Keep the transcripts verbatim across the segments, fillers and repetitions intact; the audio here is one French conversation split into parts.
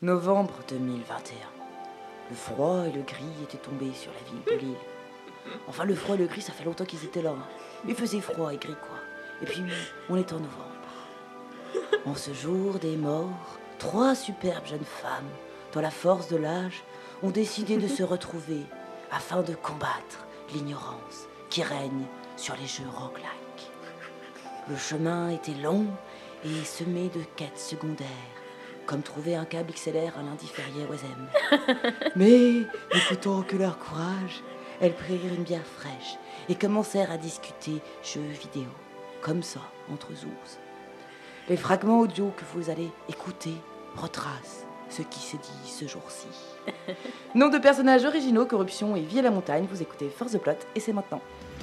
Novembre deux mille vingt et un. Le froid et le gris étaient tombés sur la ville de Lille. Enfin, le froid et le gris, ça fait longtemps qu'ils étaient là. Hein. Il faisait froid et gris, quoi. Et puis, on est en novembre. En ce jour des morts, trois superbes jeunes femmes, dans la force de l'âge, ont décidé de se retrouver afin de combattre l'ignorance qui règne sur les jeux roguelike. Le chemin était long et semé de quêtes secondaires, comme trouver un câble X L R à lundi férié au Oisem. Mais, n'écoutant que leur courage, elles prirent une bière fraîche et commencèrent à discuter jeux vidéo, comme ça, entre zouzes. Les fragments audio que vous allez écouter retracent ce qui s'est dit ce jour-ci. Nom de personnages originaux, corruption et vie à la montagne, vous écoutez Force the Plot et c'est maintenant.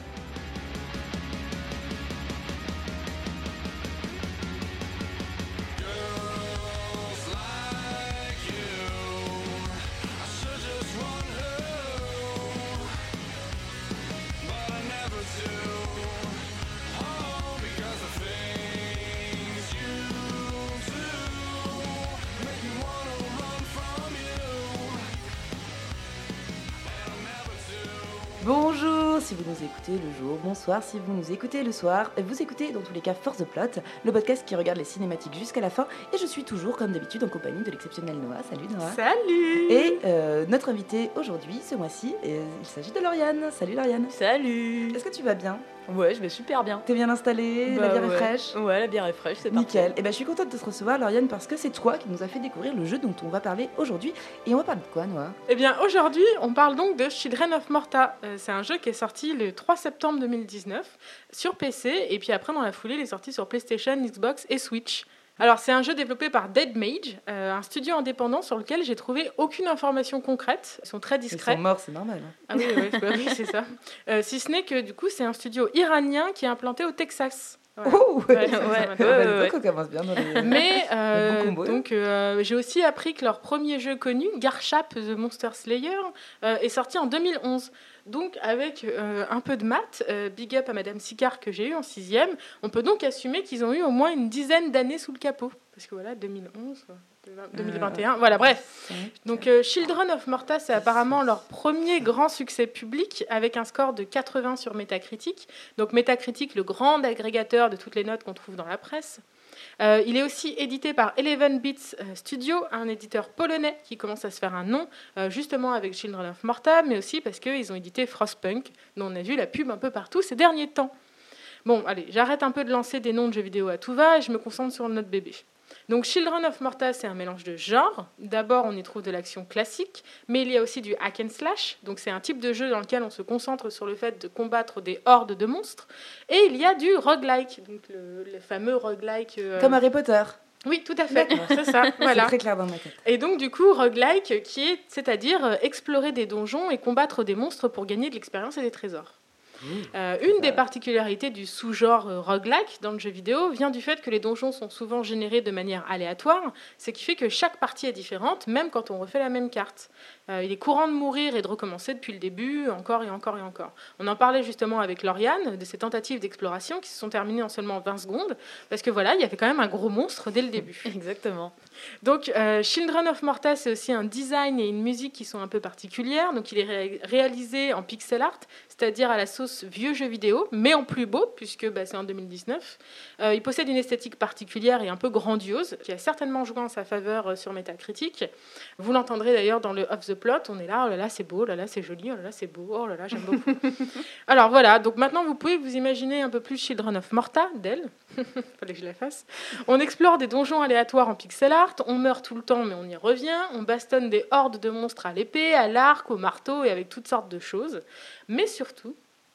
Bonjour si vous nous écoutez le jour, bonsoir si vous nous écoutez le soir. Vous écoutez dans tous les cas Force the Plot, le podcast qui regarde les cinématiques jusqu'à la fin. Et je suis toujours comme d'habitude en compagnie de l'exceptionnel Noah. Salut Noah. Salut. Et euh, notre invité aujourd'hui, ce mois-ci, euh, il s'agit de Lauriane. Salut Lauriane. Salut. Est-ce que tu vas bien ? Ouais, je vais super bien. T'es bien installée, bah, la bière ouais. est fraîche ? Ouais, la bière est fraîche, c'est parti. Nickel. Et ben, je suis contente de te recevoir, Lauriane, parce que c'est toi qui nous as fait découvrir le jeu dont on va parler aujourd'hui. Et on va parler de quoi, Noah ? Eh bien, aujourd'hui, on parle donc de Children of Morta. Euh, c'est un jeu qui est sorti le trois septembre deux mille dix-neuf sur P C, et puis après, dans la foulée, il est sorti sur PlayStation, Xbox et Switch. Alors, c'est un jeu développé par Dead Mage, euh, un studio indépendant sur lequel j'ai trouvé aucune information concrète. Ils sont très discrets. Ils sont morts, c'est normal. Hein. Ah oui, oui, bah oui c'est ça. Euh, si ce n'est que, du coup, c'est un studio iranien qui est implanté au Texas. Voilà. Oh ouais, ouais, ouais, ouais, ouais, ouais, ouais. On commence bien dans les... Mais euh, bon combo, donc euh, j'ai aussi appris que leur premier jeu connu, Garchap The Monster Slayer, euh, est sorti en deux mille onze. Donc avec euh, un peu de maths, euh, big up à Madame Sicard que j'ai eu en sixième, on peut donc assumer qu'ils ont eu au moins une dizaine d'années sous le capot. Parce que voilà, deux mille onze, deux mille vingt et un, euh, voilà, bref. Donc euh, Children of Morta, c'est apparemment leur premier grand succès public avec un score de quatre-vingts sur Metacritic. Donc Metacritic, le grand agrégateur de toutes les notes qu'on trouve dans la presse. Euh, il est aussi édité par Eleven Beats Studio, un éditeur polonais qui commence à se faire un nom, euh, justement avec Children of Morta, mais aussi parce qu'ils ont édité Frostpunk, dont on a vu la pub un peu partout ces derniers temps. Bon, allez, j'arrête un peu de lancer des noms de jeux vidéo à tout va et je me concentre sur notre bébé. Donc Children of Morta, c'est un mélange de genres. D'abord, on y trouve de l'action classique, mais il y a aussi du hack and slash. Donc c'est un type de jeu dans lequel on se concentre sur le fait de combattre des hordes de monstres. Et il y a du roguelike, donc le, le fameux roguelike... Euh... Comme Harry Potter. Oui, tout à fait, c'est ça. Voilà. C'est très clair dans ma tête. Et donc du coup, roguelike, qui est, c'est-à-dire euh, explorer des donjons et combattre des monstres pour gagner de l'expérience et des trésors. Euh, une des particularités du sous-genre euh, roguelike dans le jeu vidéo vient du fait que les donjons sont souvent générés de manière aléatoire, ce qui fait que chaque partie est différente, même quand on refait la même carte. Euh, il est courant de mourir et de recommencer depuis le début, encore et encore et encore. On en parlait justement avec Lauriane, de ces tentatives d'exploration qui se sont terminées en seulement vingt secondes, parce que voilà, il y avait quand même un gros monstre dès le début. Exactement. Donc, euh, Children of Morta, c'est aussi un design et une musique qui sont un peu particulières. Donc, il est ré- réalisé en pixel art, c'est-à-dire à la sauce vieux jeu vidéo, mais en plus beau, puisque bah, c'est en deux mille dix-neuf. Euh, il possède une esthétique particulière et un peu grandiose, qui a certainement joué en sa faveur euh, sur Metacritic. Vous l'entendrez d'ailleurs dans le Off the Plot, on est là, oh là là, c'est beau, oh là là, c'est joli, oh là là, c'est beau, oh là là, j'aime beaucoup. Alors voilà, donc maintenant vous pouvez vous imaginer un peu plus Children of Morta, d'elle. Fallait que je la fasse. On explore des donjons aléatoires en pixel art, on meurt tout le temps mais on y revient, on bastonne des hordes de monstres à l'épée, à l'arc, au marteau et avec toutes sortes de choses. Mais surtout,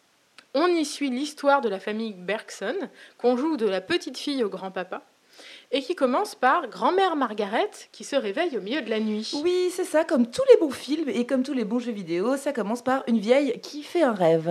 on y suit l'histoire de la famille Bergson, qu'on joue de la petite fille au grand-papa, et qui commence par grand-mère Margaret qui se réveille au milieu de la nuit. Oui, c'est ça, comme tous les bons films et comme tous les bons jeux vidéo, ça commence par une vieille qui fait un rêve.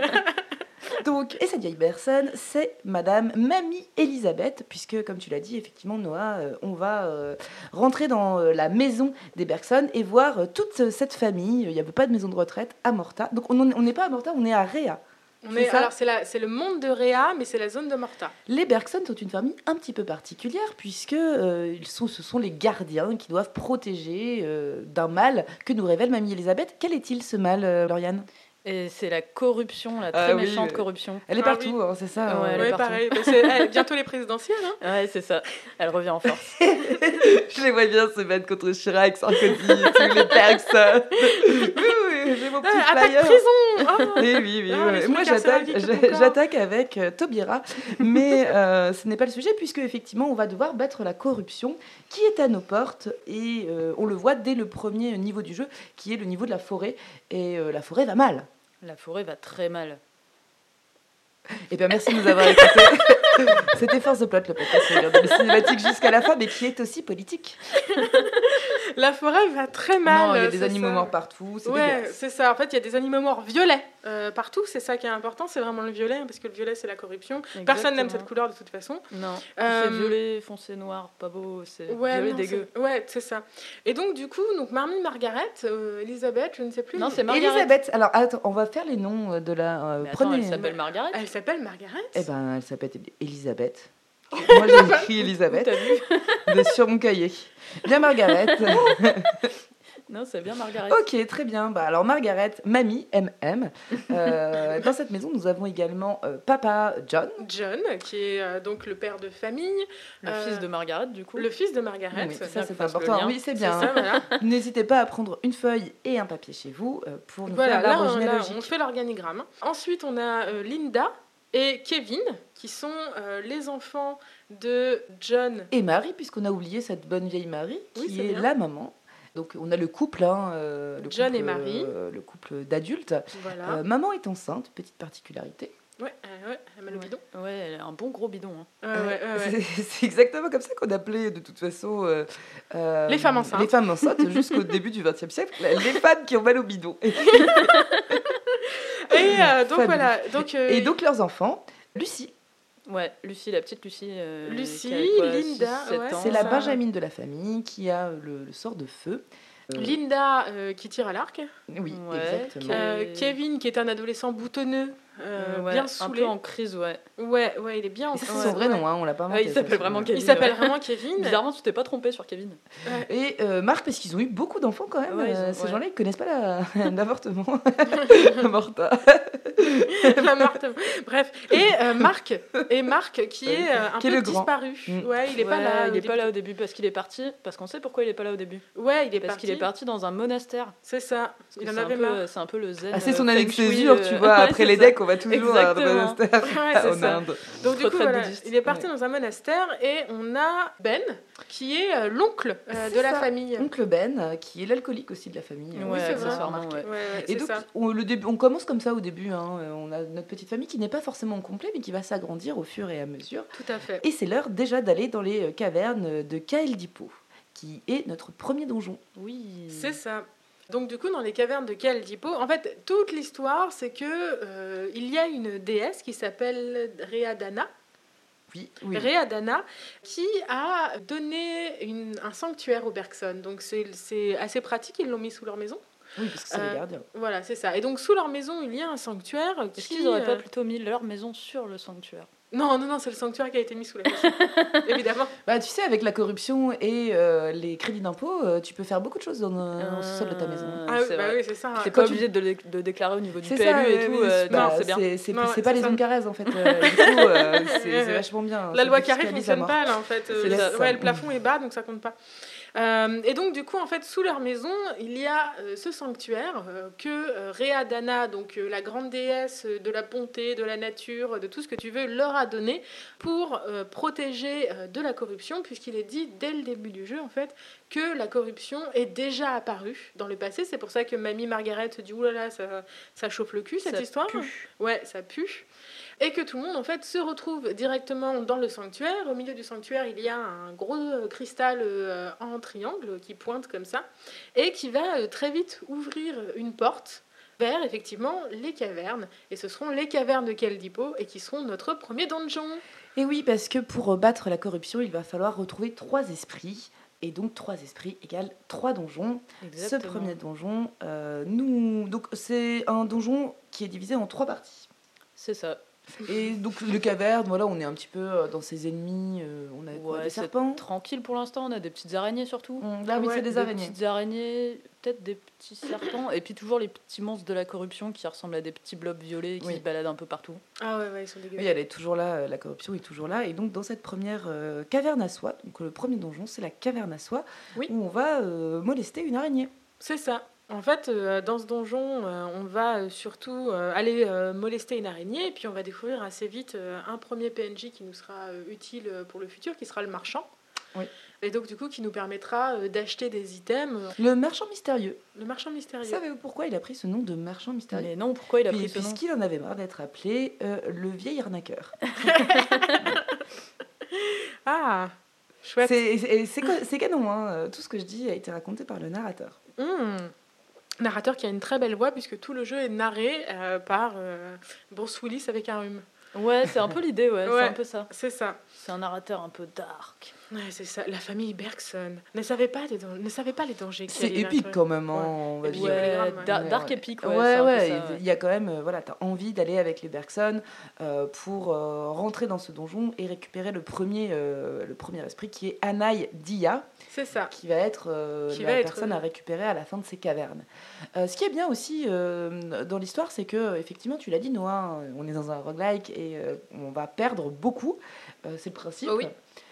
Donc, et cette vieille personne, c'est Madame Mamie Elisabeth, puisque, comme tu l'as dit, effectivement, Noah, euh, on va euh, rentrer dans euh, la maison des Bergson et voir euh, toute cette famille. Il n'y avait pas de maison de retraite à Morta. Donc, on n'est pas à Morta, on est à Réa. On C'est est, ça alors, c'est, la, c'est le monde de Réa, mais c'est la zone de Morta. Les Bergson sont une famille un petit peu particulière puisque euh, ils sont, ce sont les gardiens qui doivent protéger euh, d'un mal que nous révèle Mamie Elisabeth. Quel est-il ce mal, euh, Lauriane ? Et c'est la corruption, la très Ah oui, méchante mais- corruption. Elle est Ah partout, oui. hein, c'est ça. Ouais, hein. elle est Oui, partout. pareil. Bah, c'est, eh, bientôt les présidentielles. Hein. Ouais, c'est ça. Elle revient en force. Je les vois bien se battre contre Chirac, Sarkozy, tous les Bergson. Oui, oui, j'ai mon petit Ah, attaque flyer. prison oh Oui, oui, oui. Ah, ouais. les Moi, trucs carcérales j'attaque, qui quittent j'a- mon corps. j'attaque avec euh, Taubira, mais euh, ce n'est pas le sujet, puisque effectivement, on va devoir battre la corruption qui est à nos portes, et euh, on le voit dès le premier niveau du jeu, qui est le niveau de la forêt, et euh, la forêt va mal. La forêt va très mal. Eh bien, merci de nous avoir écoutés. C'était Force de Plot, le podcast qui regarde le cinématique jusqu'à la fin, mais qui est aussi politique. La forêt va très mal. Non, il y a des c'est animaux ça. morts partout, c'est Ouais, dégueulasse. c'est ça. En fait, il y a des animaux morts violets euh, partout. C'est ça qui est important. C'est vraiment le violet, parce que le violet, c'est la corruption. Personne n'aime cette Exactement. couleur de toute façon. Non, Euh, c'est violet, foncé noir, pas beau, c'est Ouais, violet non, dégueu. c'est- ouais, c'est ça. Et donc, du coup, donc Mamie Margaret, euh, Elisabeth, je ne sais plus. Non, c'est Margaret. Elisabeth, alors attends, on va faire les noms euh, de la euh, Mais attends, première. elle s'appelle Margaret. Elle s'appelle Margaret. Eh ben, elle s'appelle Elisabeth. Moi, j'ai écrit Elisabeth T'as vu? de- sur mon cahier. Bien, Margaret. Non, c'est bien Margaret. Ok, très bien. Bah, alors, Margaret, mamie, M M. Euh, dans cette maison, nous avons également euh, papa, John. John, qui est euh, donc le père de famille, Le Euh, fils de Margaret, du coup. le fils de Margaret. Oui, c'est ça, bien c'est qu'on fasse le important. lien. Oui, c'est C'est bien. ça, voilà. N'hésitez pas à prendre une feuille et un papier chez vous euh, pour nous Voilà, faire là, l'arbre on, là, généalogique. on fait l'organigramme. Ensuite, on a euh, Linda et Kevin, qui sont euh, les enfants de John. Et Marie, puisqu'on a oublié cette bonne vieille Marie, qui Oui, c'est est bien. la maman. Donc, on a le couple, hein, euh, le John couple, et Marie. euh, le couple d'adultes. Voilà. Euh, maman est enceinte, petite particularité. Ouais, euh, ouais, elle met le bidon. Ouais, elle a un bon gros bidon. hein. Euh, ouais, ouais, ouais. C'est c'est exactement comme ça qu'on appelait de toute façon euh, euh, Les femmes enceintes. Les femmes enceintes jusqu'au début du vingtième siècle, les femmes qui ont mal au bidon. Et, Et euh, donc Fabuleux. voilà. Donc, euh, et donc leurs enfants, Lucie, Ouais, Lucie, la petite Lucie. euh, Lucie, qui a quoi, Linda, six, sept ouais, ans. c'est la ça. Benjamine de la famille qui a le, le sort de feu. Euh, Linda euh, qui tire à l'arc. Oui, Ouais, exactement. Euh, Et- Kevin qui est un adolescent boutonneux, euh, Euh, ouais, bien un saoulé. peu en crise, ouais. Ouais, ouais, il est bien en Et ça, c'est crise. son vrai Ouais. nom, hein, on l'a pas Ouais, inventé. il ça, s'appelle c'est- vraiment Kevin. Il s'appelle ouais. vraiment Kevin. Bizarrement, tu t'es pas trompé sur Kevin. Et euh, Marc, parce qu'ils ont eu beaucoup d'enfants quand même. Ouais, ils ont- euh, ces ouais. gens-là, ils connaissent pas la- l'avortement. Morta. La Marthe. Bref. Et euh, Marc, et Marc qui est euh, un Qui est peu le grand. disparu. Mm. Ouais, il est pas Ouais, là. Il au est pas début. là au début parce qu'il est parti. Parce qu'on sait pourquoi il est pas là au début. Ouais, il est Parce parti. qu'il est parti dans un monastère. C'est ça. Il Parce en que avait c'est un peu- marre. C'est un peu le zen. Ah, c'est son euh, année feng de shui, césure, euh, tu vois. ouais, Après c'est les ça. decks, on va toujours à un Exactement. monastère Ouais, c'est en ça. Inde. Donc du coup, Retraite voilà, bouddhiste. il est parti dans un monastère et on a Ben, qui est euh, l'oncle euh, C'est de la ça. famille. Oncle Ben, euh, qui est l'alcoolique aussi de la famille. Ouais, euh, Oui, c'est on vrai. l'a accessoirement, remarqué. ouais. Ouais, ouais, Et c'est donc, ça. on, le début, on commence comme ça au début. hein. Euh, On a notre petite famille qui n'est pas forcément au complet, mais qui va s'agrandir au fur et à mesure. Tout à fait. Et c'est l'heure déjà d'aller dans les euh, cavernes de Kael Dipo, qui est notre premier donjon. Oui. C'est ça. Donc du coup, dans les cavernes de Kaldipo, en fait, toute l'histoire, c'est que euh, il y a une déesse qui s'appelle Réadana, Oui, oui. Réadana, qui a donné une- un sanctuaire aux Bergson. Donc c'est c'est assez pratique, ils l'ont mis sous leur maison. Oui, parce que c'est Euh, les gardiens. Voilà, c'est ça. Et donc sous leur maison, il y a un sanctuaire. Est-ce qui, qu'ils auraient pas euh, plutôt mis leur maison sur le sanctuaire? Non, non, non, c'est le sanctuaire qui a été mis sous la maison. Évidemment. Bah, tu sais, avec la corruption et euh, les crédits d'impôt, euh, tu peux faire beaucoup de choses dans le sous-sol de ta maison. Euh, Ah, c'est bah vrai. oui, c'est ça. T'es Quand pas tu- obligé de le de déclarer au niveau du C'est P L U ça, et euh, tout. mais euh, c'est- bah, non, c'est bien. C'est c'est- Non, c'est pas c'est les ça. zones Carrez en fait. euh, du coup, euh, c'est c'est vachement bien. La ça loi carré défiscalise à fonctionne mort. pas là en fait. Euh, C'est le- ça. ouais, le plafond est bas donc ça compte pas. Euh, et donc du coup en fait sous leur maison il y a euh, ce sanctuaire euh, que euh, Réadana, donc euh, la grande déesse de la bonté, de la nature, de tout ce que tu veux, leur a donné pour euh, protéger euh, de la corruption, puisqu'il est dit dès le début du jeu en fait que la corruption est déjà apparue dans le passé. C'est pour ça que Mamie Margaret se dit oulala ça, ça chauffe le cul cette Ça histoire. pue. Ouais, ça pue. Et que tout le monde en fait se retrouve directement dans le sanctuaire. Au milieu du sanctuaire, il y a un gros euh, cristal euh, en triangle qui pointe comme ça et qui va euh, très vite ouvrir une porte vers effectivement les cavernes. Et ce seront les cavernes de Kaldipo et qui seront notre premier donjon. Et oui, parce que pour battre la corruption, il va falloir retrouver trois esprits. Et donc, trois esprits égale trois donjons. Exactement. Ce premier donjon, euh, nous... donc c'est un donjon qui est divisé en trois parties. C'est ça. Et donc le caverne, voilà, on est un petit peu euh, dans ses ennemis. euh, on a quoi, Ouais, des c'est serpents. tranquille pour l'instant. On a des petites araignées surtout. On- Là, oui, Ouais, c'est des araignées. petites araignées, peut-être des petits serpents. Et puis toujours les petits monstres de la corruption qui ressemblent à des petits blobs violets qui Oui. se baladent un peu partout. Ah ouais, ouais, ils sont Oui, dégueulasses. elle est toujours là, euh, la corruption est toujours là. Et donc, dans cette première euh, caverne à soie, donc le premier donjon, c'est la caverne à soie, Oui. où on va euh, molester une araignée. C'est ça. En fait, euh, dans ce donjon, euh, on va euh, surtout euh, aller euh, molester une araignée, et puis on va découvrir assez vite euh, un premier P N J qui nous sera euh, utile euh, pour le futur, qui sera le marchand. Oui. Et donc, du coup, qui nous permettra euh, d'acheter des items. Le marchand mystérieux. Le marchand mystérieux. Savez-vous pourquoi il a pris ce nom de marchand mystérieux? Mais non, pourquoi il a Puis- pris ce nom? Puisqu'il en avait marre d'être appelé euh, le vieil arnaqueur. Ah, chouette. C'est c'est- c'est co- c'est canon, hein. euh, tout ce que je dis a été raconté par le narrateur. Hmm. Narrateur qui a une très belle voix, puisque tout le jeu est narré euh, par euh, Bruce Willis avec un rhume. Ouais, c'est un peu l'idée, ouais, Ouais. c'est un peu ça. C'est ça. C'est un narrateur un peu dark. Ouais, c'est ça. La famille Bergson ne savait pas, des dan- ne savait pas les dangers. qui C'est allaient épique être- quand même, hein, Ouais. on va Et puis, dire. ouais, les Ouais, grammes, dar- ouais. dark épique, ouais. Ouais, c'est un peu ouais, ça, il ouais. il y a quand même, euh, voilà, t'as envie d'aller avec les Bergson euh, pour euh, rentrer dans ce donjon et récupérer le premier, euh, le premier esprit qui est Anaï Dia, C'est ça. qui va être euh, Qui la va être, personne euh, à récupérer à la fin de ces cavernes. Euh, ce qui est bien aussi euh, dans l'histoire, c'est que, effectivement, tu l'as dit, Noah, on est dans un roguelike et euh, on va perdre beaucoup, euh, c'est le principe. Oh oui.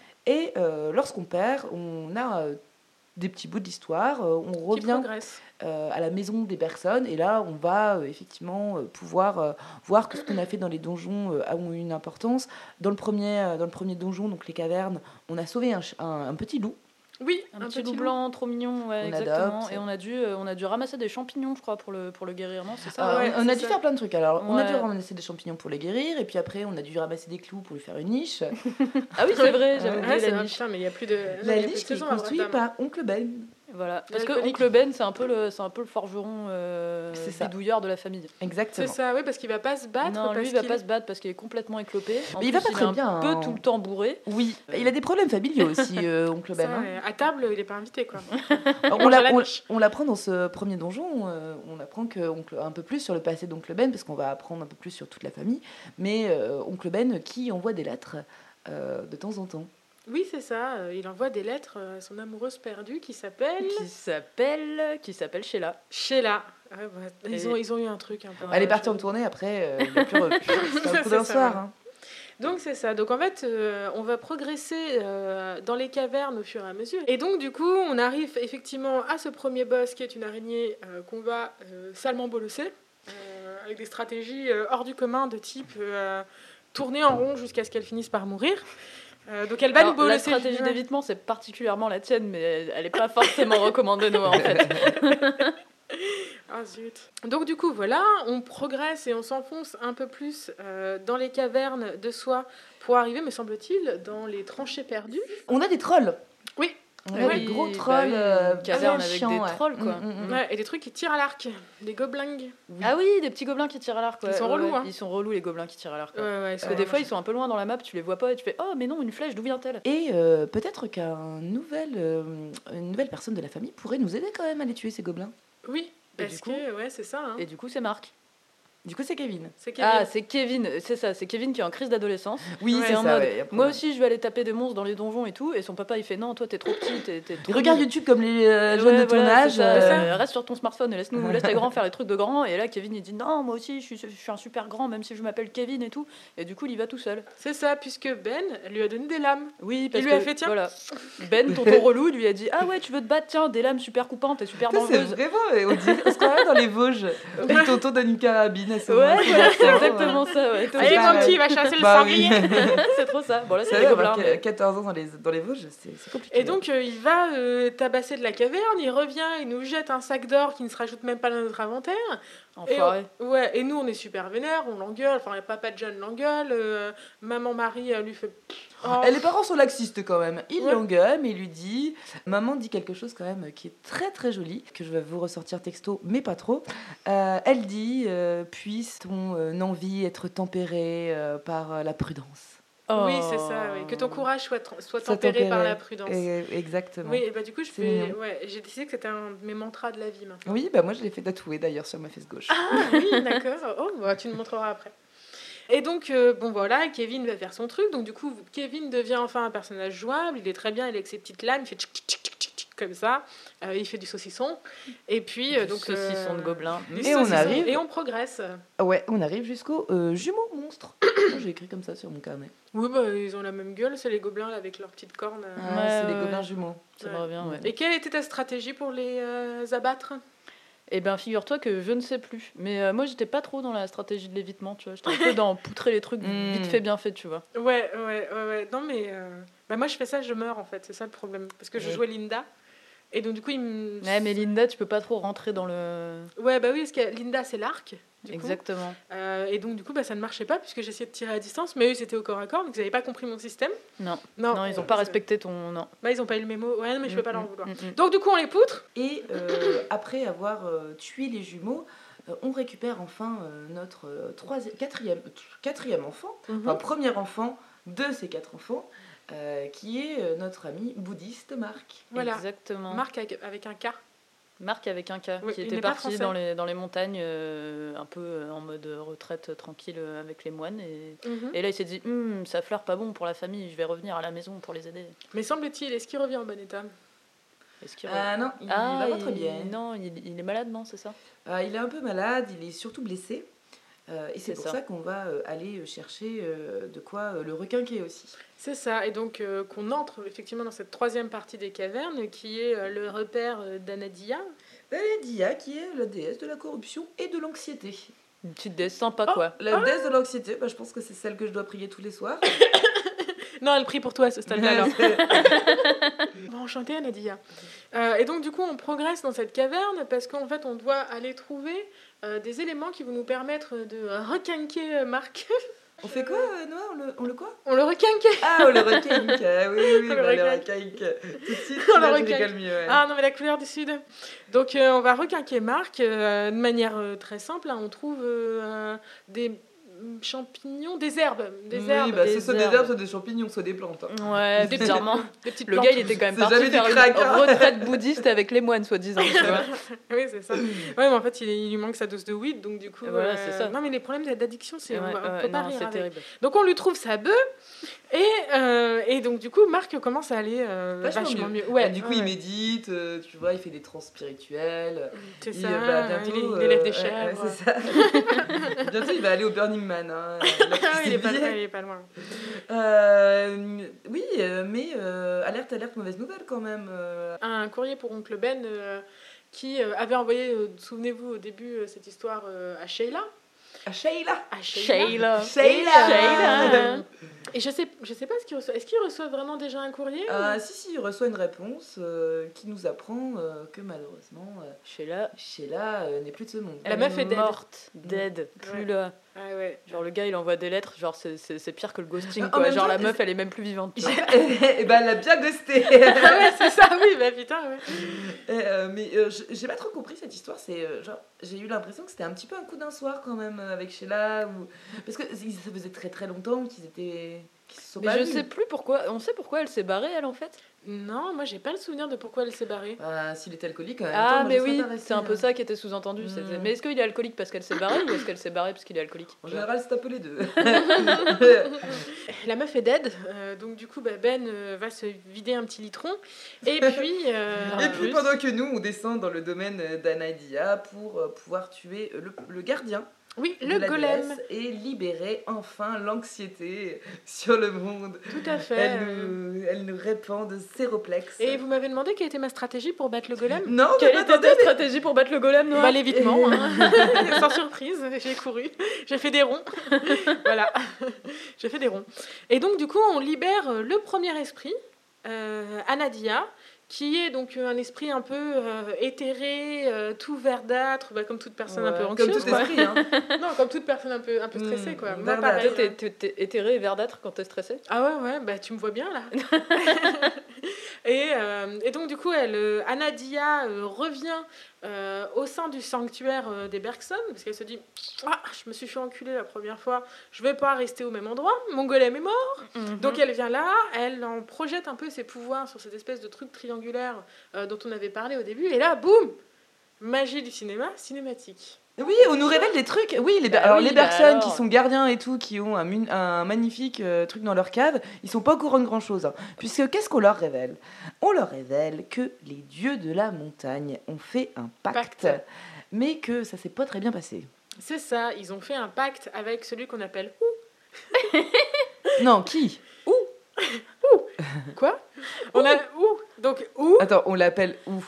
Et euh, lorsqu'on perd, on a euh, des petits bouts d'histoire, euh, on Qui revient progresse. euh, à la maison des personnes et là on va euh, effectivement euh, pouvoir euh, voir que ce qu'on a fait dans les donjons euh, a eu une importance. Dans le premier, euh, dans le premier donjon, donc les cavernes, on a sauvé un, ch- un- un petit loup. Oui, Un, petit loup blanc, trop mignon, ouais, On exactement. adopte. Et on a dû, euh, on a dû ramasser des champignons, je crois, pour le, pour le guérir, non? C'est ça? Euh, ouais, on, on a c'est dû ça. faire plein de trucs. Alors on a dû Ouais. ramasser des champignons pour les guérir et puis après on a dû ramasser des clous pour lui faire une niche. Ah oui, c'est vrai, j'avais Ouais, oublié Ouais, c'est la vrai, niche. putain, mais il n'y a plus de. non, La il y a plus niche de qui est saison à construite Bretagne. par Oncle Ben. Voilà. Parce que L'alcoolique. Oncle Ben, c'est un peu le, c'est un peu le forgeron euh, C'est ça. bidouilleur de la famille. Exactement. C'est ça, oui, parce qu'il va pas se battre. non, lui, parce il va qu'il pas est- se battre parce qu'il est complètement éclopé. En Mais il va plus, pas très est un bien, peu hein. tout le temps bourré. Oui, il a des problèmes familiaux aussi, euh, Oncle Ben. Ça, hein. ouais. À table, il est pas invité, quoi. Alors, on mange à l'a- la on- niche. on l'apprend dans ce premier donjon, euh, on apprend que oncle, un peu plus sur le passé d'Oncle Ben, parce qu'on va apprendre un peu plus sur toute la famille, mais euh, Oncle Ben qui envoie des lettres euh, de temps en temps. Oui, c'est ça. euh, Il envoie des lettres à son amoureuse perdue qui s'appelle Qui s'appelle, qui s'appelle Sheila. Sheila. Ouais, bah, ils, Et- ont, ils ont eu un truc un peu. Elle est Ouais, partie je- en tournée, après, euh, il n'a plus revu. C'est un Ça, coup c'est d'un ça, soir. ouais. hein. Donc c'est ça. Donc en fait, euh, on va progresser euh, dans les cavernes au fur et à mesure. Et donc du coup, on arrive effectivement à ce premier boss qui est une araignée euh, qu'on va euh, salement bolosser euh, avec des stratégies euh, hors du commun de type euh, tourner en rond jusqu'à ce qu'elle finisse par mourir. Euh, donc elle va Alors, nous bolosser. la stratégie d'évitement, c'est particulièrement la tienne, mais elle, elle est pas forcément recommandée, Noah, en fait. Ah zut. Donc du coup voilà, on progresse et on s'enfonce un peu plus euh, dans les cavernes de soie pour arriver, me semble-t-il, dans les tranchées perdues. On a des trolls. Oui. On Ah a oui, des gros bah trolls. oui, euh, une caverne bien avec chiants, des ouais. trolls, quoi. Mm, mm, mm. Ouais, et des trucs qui tirent à l'arc, des gobelins. Ah oui, des petits gobelins qui tirent à l'arc. Ouais. Ils sont Ouais, relous, ouais. hein. Ils sont relous, les gobelins qui tirent à l'arc. Ouais, ouais. ouais, Parce que des fois, ils sont un peu loin dans la map, tu les vois pas et tu fais oh, mais non, une flèche, d'où vient-elle? Et euh, peut-être qu'un nouvel, euh, une nouvelle personne de la famille pourrait nous aider quand même à les tuer, ces gobelins. Oui, Et parce du coup que ouais, c'est ça. Hein. Et du coup, c'est Marc. Du coup, c'est Kevin. C'est Kevin. Ah, c'est Kevin, c'est ça, c'est Kevin qui est en crise d'adolescence. Oui, Ouais, c'est en ça. mode, ouais, y a Moi problème. aussi, je vais aller taper des monstres dans les donjons et tout. Et son papa, il fait non, toi, t'es trop petit, t'es, t'es trop Il regarde nul. YouTube comme les euh, Ouais, jeunes de ton voilà, âge. c'est ça, euh, euh, reste sur ton smartphone et laisse-nous, laisse les grands faire les trucs de grands. Et là, Kevin, il dit non, moi aussi, je suis, je suis un super grand, même si je m'appelle Kevin et tout. Et du coup, il y va tout seul. C'est ça, puisque Ben lui a donné des lames. Oui, parce lui que, a fait, tiens. Voilà. Ben, tonton relou, lui a dit ah ouais, tu veux te battre, tiens, des lames super coupantes et super Ça, c'est dangereuses. vraiment, et on dirait, on se croirait dans les Vosges. Et tonton donne une carabine à son Ouais, main. voilà, c'est exactement ça. Ouais. Allez, pas- mon petit, il va chasser le Bah sanglier. oui. C'est trop ça. Bon, là, C'est c'est vrai, les gobelins. avoir mais- quatorze ans dans les, dans les Vosges, c'est c'est compliqué. Et donc, euh, il va euh, tabasser de la caverne, il revient, il nous jette un sac d'or qui ne se rajoute même pas dans notre inventaire. Et, Enfoiré. on- ouais, et nous, on est super vénère, on l'engueule, enfin, le papa de John l'engueule, euh, maman Marie elle lui fait... Oh, Et les parents sont laxistes quand même. Il Ouais. l'engueule, mais il lui dit... Maman dit quelque chose quand même qui est très très joli, que je vais vous ressortir texto, mais pas trop. Euh, elle dit euh, puisse ton euh, envie être tempérée euh, par euh, la prudence. Oui, Oh. c'est ça, oui. Que ton courage soit, tr- soit Soit tempéré par tempéré. la prudence. Et- exactement. Oui, et bah du coup, je C'est fais... mignon. ouais, j'ai décidé que c'était un de mes mantras de la vie maintenant. Oui, bah moi je l'ai fait tatouer d'ailleurs sur ma fesse gauche. Ah oui, d'accord. Oh, bah, tu nous montreras après. Et donc, euh, bon voilà, Kevin va faire son truc. Donc du coup, Kevin devient enfin un personnage jouable. Il est très bien, il est avec ses petites lames, il fait tchic, tchic, tchic, tchic, tchic, comme ça. Euh, il fait du saucisson. Et puis, euh, Du donc... saucisson euh, de gobelin. du Et on saucisson. arrive. Et on progresse. Ouais, on arrive jusqu'au euh, jumeau monstre. Moi, j'ai écrit comme ça sur mon carnet. Oui, bah, ils ont la même gueule, c'est les gobelins là, avec leurs petites cornes. euh. Ah, Ouais, c'est ouais, des gobelins ouais. jumeaux. Ça me revient, ouais. Et quelle était ta stratégie pour les euh, abattre? Eh ben, figure-toi que je ne sais plus. Mais euh, moi, j'étais pas trop dans la stratégie de l'évitement, tu vois. J'étais un peu dans poutrer les trucs Mm. vite fait, bien fait, tu vois. Ouais, ouais, ouais, ouais. Non, mais euh, bah, moi, je fais ça, je meurs en fait. C'est ça le problème. Parce que je Ouais. jouais Linda. Et donc, du coup, il me. Ouais, mais Linda, tu peux pas trop rentrer dans le... Ouais, bah oui, parce que Linda, c'est l'arc. Du coup. Exactement. Euh, et donc, du coup, bah, ça ne marchait pas puisque j'essayais de tirer à distance. Mais eux, c'était au corps à corps. Donc, ils n'avaient pas compris mon système. Non. Non, Non, ils ont euh, pas c'est- respecté ton... Non. Bah, ils n'ont pas eu le mémo. Ouais, non, mais je ne peux pas leur Mm, vouloir. mm, mm. Donc, du coup, on les poutre. Et euh, après avoir euh, tué les jumeaux, euh, on récupère enfin euh, notre euh, troisième, quatrième, quatrième enfant, enfin premier enfant de ces quatre enfants, euh, qui est euh, notre ami bouddhiste Marc. Voilà. Exactement. Marc avec, avec un K. Marc avec un K, Oui, qui il était n'est pas parti français. dans les, dans les montagnes, euh, un peu euh, en mode retraite euh, tranquille euh, avec les moines. Et, Mhm. et là, il s'est dit, Hum, ça fleure pas bon pour la famille, je vais revenir à la maison pour les aider. Mais semble-t-il, est-ce qu'il revient en bon état? Est-ce qu'il Ah non, il, Ah, va pas très il- bien. Non, il, il est malade, non, c'est ça Euh, il est un peu malade, il est surtout blessé. Euh, et c'est C'est pour ça. ça, qu'on va euh, aller chercher euh, de quoi euh, le requinquer aussi. C'est ça, et donc euh, qu'on entre effectivement dans cette troisième partie des cavernes qui est euh, le repère euh, d'Anadia. Dia, qui est la déesse de la corruption et de l'anxiété. Une petite déesse sympa, Oh, quoi. La déesse de l'anxiété, bah, je pense que c'est celle que je dois prier tous les soirs. Non, elle prie pour toi à ce stade-là. alors. Bon, enchantée Anadia. Euh, et donc du coup, on progresse dans cette caverne parce qu'en fait, on doit aller trouver euh, des éléments qui vont nous permettre de requinquer euh, Marc. On fait quoi, euh, Noah on le, on le quoi On le requinque. Ah, on le requinque. Ah, oui, oui, On le bah, le requinque. requinque. Tout de suite, On le là, je requinque. rigole mieux. Ouais. Ah non, mais la couleur du sud. Donc euh, on va requinquer Marc euh, de manière euh, très simple. Hein. On trouve euh, des champignons, des herbes. Des oui, herbes. bah, des ce soit des herbes. herbes, soit des champignons, soit des plantes. hein. Ouais, Des bizarrement. Des petites Le plantes. gars, il était quand même C'est parti jamais du faire une crack, hein. retraite bouddhiste avec les moines, soi-disant. tu vois. Oui, c'est ça. Ouais, mais en fait, il, il lui manque sa dose de weed, donc du coup. Et voilà, c'est ça. Non, mais les problèmes d'addiction, c'est. Ouais, on va- on ouais, peut pas non, rire c'est avec. terrible. Donc on lui trouve sa bœuf, et, euh, et donc du coup, Marc commence à aller euh, Vachement vachement, mieux. mieux. Ouais, Et du coup, ouais, il ouais. médite, euh, tu vois, il fait des trans spirituels. C'est Il, ça, euh, bah, bientôt, il, euh, il élève des ouais, chèvres. ouais, c'est ça. Bientôt, il va aller au Burning Man. Hein, il a pris Ah, il, ses est pas, billets. il est pas loin. Euh, oui, euh, mais euh, alerte, alerte, mauvaise nouvelle quand même. euh. Un courrier pour Oncle Ben euh, qui euh, avait envoyé, euh, souvenez-vous au début, euh, cette histoire euh, à Sheila. À Sheila. À Sheila. Sheila. Sheila. Sheila. Et je sais, je sais pas ce qu'il reçoit. Est-ce qu'il reçoit vraiment déjà un courrier Ah, si, si, il reçoit une réponse euh, qui nous apprend euh, que malheureusement, euh, Sheila, Sheila euh, n'est plus de ce monde. La meuf est dead. morte, dead, plus Ouais. là. Ah ouais. Genre le gars il envoie des lettres, genre c'est, c'est, c'est pire que le ghosting En quoi. même Genre temps, la meuf elle est même plus vivante. tu vois. Et ben, elle a bien ghosté. Ah ouais, c'est ça, oui, bah putain, ouais. Et, euh, mais euh, j- j'ai pas trop compris cette histoire. C'est euh, genre, j'ai eu l'impression que c'était un petit peu un coup d'un soir quand même euh, avec Sheila, ou parce que c- ça faisait très très longtemps qu'ils étaient, qu'ils se sont Mais pas je vus. sais plus pourquoi, on sait pourquoi elle s'est barrée elle en fait. Non, moi j'ai pas le souvenir de pourquoi elle s'est barrée. Bah, s'il était alcoolique. en même Ah temps, moi, mais je serais oui, pas restée, c'est un peu hein. ça qui était sous-entendu. Mm. c'était- Mais est-ce qu'il est alcoolique parce qu'elle s'est barrée ou est-ce qu'elle s'est barrée parce qu'il est alcoolique? En général, c'est un peu les deux. La meuf est dead, euh, donc du coup bah, Ben euh, va se vider un petit litron. Et puis. euh, Ah, Et puis plus. pendant que nous, on descend dans le domaine d'Anadia pour euh, pouvoir tuer le, le gardien oui, de le la golem. déesse et libérer enfin l'anxiété sur le monde. Tout à fait. Elle euh. nous, elle nous répand de séroplex. Et vous m'avez demandé quelle était ma stratégie pour battre le golem. Non, Quelle mais était attendez, ta stratégie pour battre le golem Noah? Bah, l'évitement, hein. Sans surprise, j'ai couru, j'ai fait des ronds. Voilà, j'ai fait des ronds. Et donc, du coup, on libère euh, le premier esprit, euh, Anadia, qui est donc euh, un esprit un peu euh, éthéré, euh, tout verdâtre, bah, comme toute personne un peu Ouais, anxieuse. comme tout quoi. esprit, hein. Non, comme toute personne un peu, un peu stressée, Mm, quoi. Moi, verdâtre. pareil. Toi, t'es, t'es, t'es éthéré et verdâtre quand t'es stressé? Ah ouais, ouais, bah tu me vois bien là. et, euh, et donc du coup, elle, euh, Anadia euh, revient euh, au sein du sanctuaire euh, des Bergson, parce qu'elle se dit « Ah, je me suis fait enculer la première fois, je vais pas rester au même endroit, mon golem est mort !» Donc elle vient là, elle en projette un peu ses pouvoirs sur cette espèce de truc triangulaire euh, dont on avait parlé au début, et là, boum, magie du cinéma, cinématique. Oui, on nous révèle des trucs. Oui, les, Bah alors oui, les bah personnes alors. qui sont gardiens et tout, qui ont un, mun- un magnifique euh, truc dans leur cave, ils sont pas au courant de grand chose. Hein. Puisque qu'est-ce qu'on leur révèle? On leur révèle que les dieux de la montagne ont fait un pacte, Pacte. mais que ça s'est pas très bien passé. C'est ça, ils ont fait un pacte avec celui qu'on appelle Non, qui? quoi On a où Donc où Attends, on l'appelle où?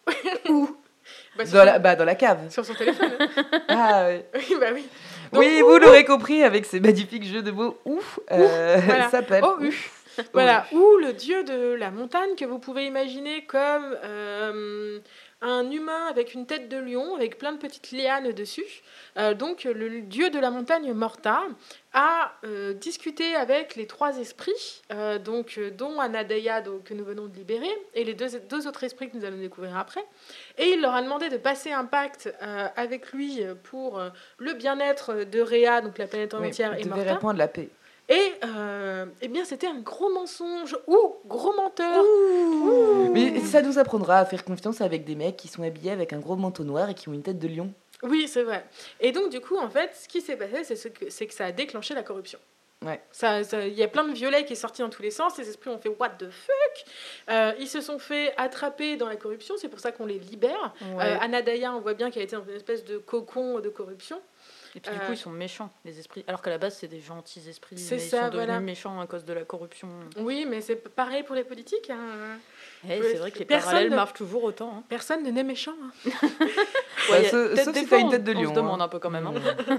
bah, sur, Dans son- la, bah, dans la cave. sur son téléphone. Ah, ouais. Oui, bah oui. Donc, Oui, vous l'aurez compris avec ces magnifiques jeux de mots. Ouf, euh, voilà. s'appelle. Oh, Ouf. Voilà, ou le dieu de la montagne que vous pouvez imaginer comme euh, un humain avec une tête de lion, avec plein de petites lianes dessus. Euh, donc le dieu de la montagne Morta a euh, discuté avec les trois esprits, euh, donc, euh, dont Anadeya donc, que nous venons de libérer, et les deux, deux autres esprits que nous allons découvrir après. Et il leur a demandé de passer un pacte euh, avec lui pour euh, le bien-être de Rhea, donc la planète Oui, entière, et devait Morta. répondre la paix. Et euh, eh bien, c'était un gros mensonge ou gros menteur. Ouh. Mais ça nous apprendra à faire confiance avec des mecs qui sont habillés avec un gros manteau noir et qui ont une tête de lion. Oui, c'est vrai. Et donc, du coup, en fait, ce qui s'est passé, c'est ce que, c'est que ça a déclenché la corruption. Ouais. Ça, ça- il y a plein de violets qui est sorti dans tous les sens. Les esprits ont fait what the fuck. Euh, ils se sont fait attraper dans la corruption. C'est pour ça qu'on les libère. Ouais. Euh, Anadaya, on voit bien qu'elle était dans une espèce de cocon de corruption. Et puis du euh, coup, ils sont méchants, les esprits. Alors qu'à la base, c'est des gentils esprits. C'est mais ça, ils sont devenus voilà. méchants à cause de la corruption. Oui, mais c'est pareil pour les politiques. Hein. Eh, Ouais, c'est vrai que les personne parallèles ne- marchent toujours autant. Hein. Personne ne n'est méchant. Hein. Bah, y a- sauf- peut-être sauf des si fois, t'as une on- tête de On lion, se demande hein. un peu quand même. Hein.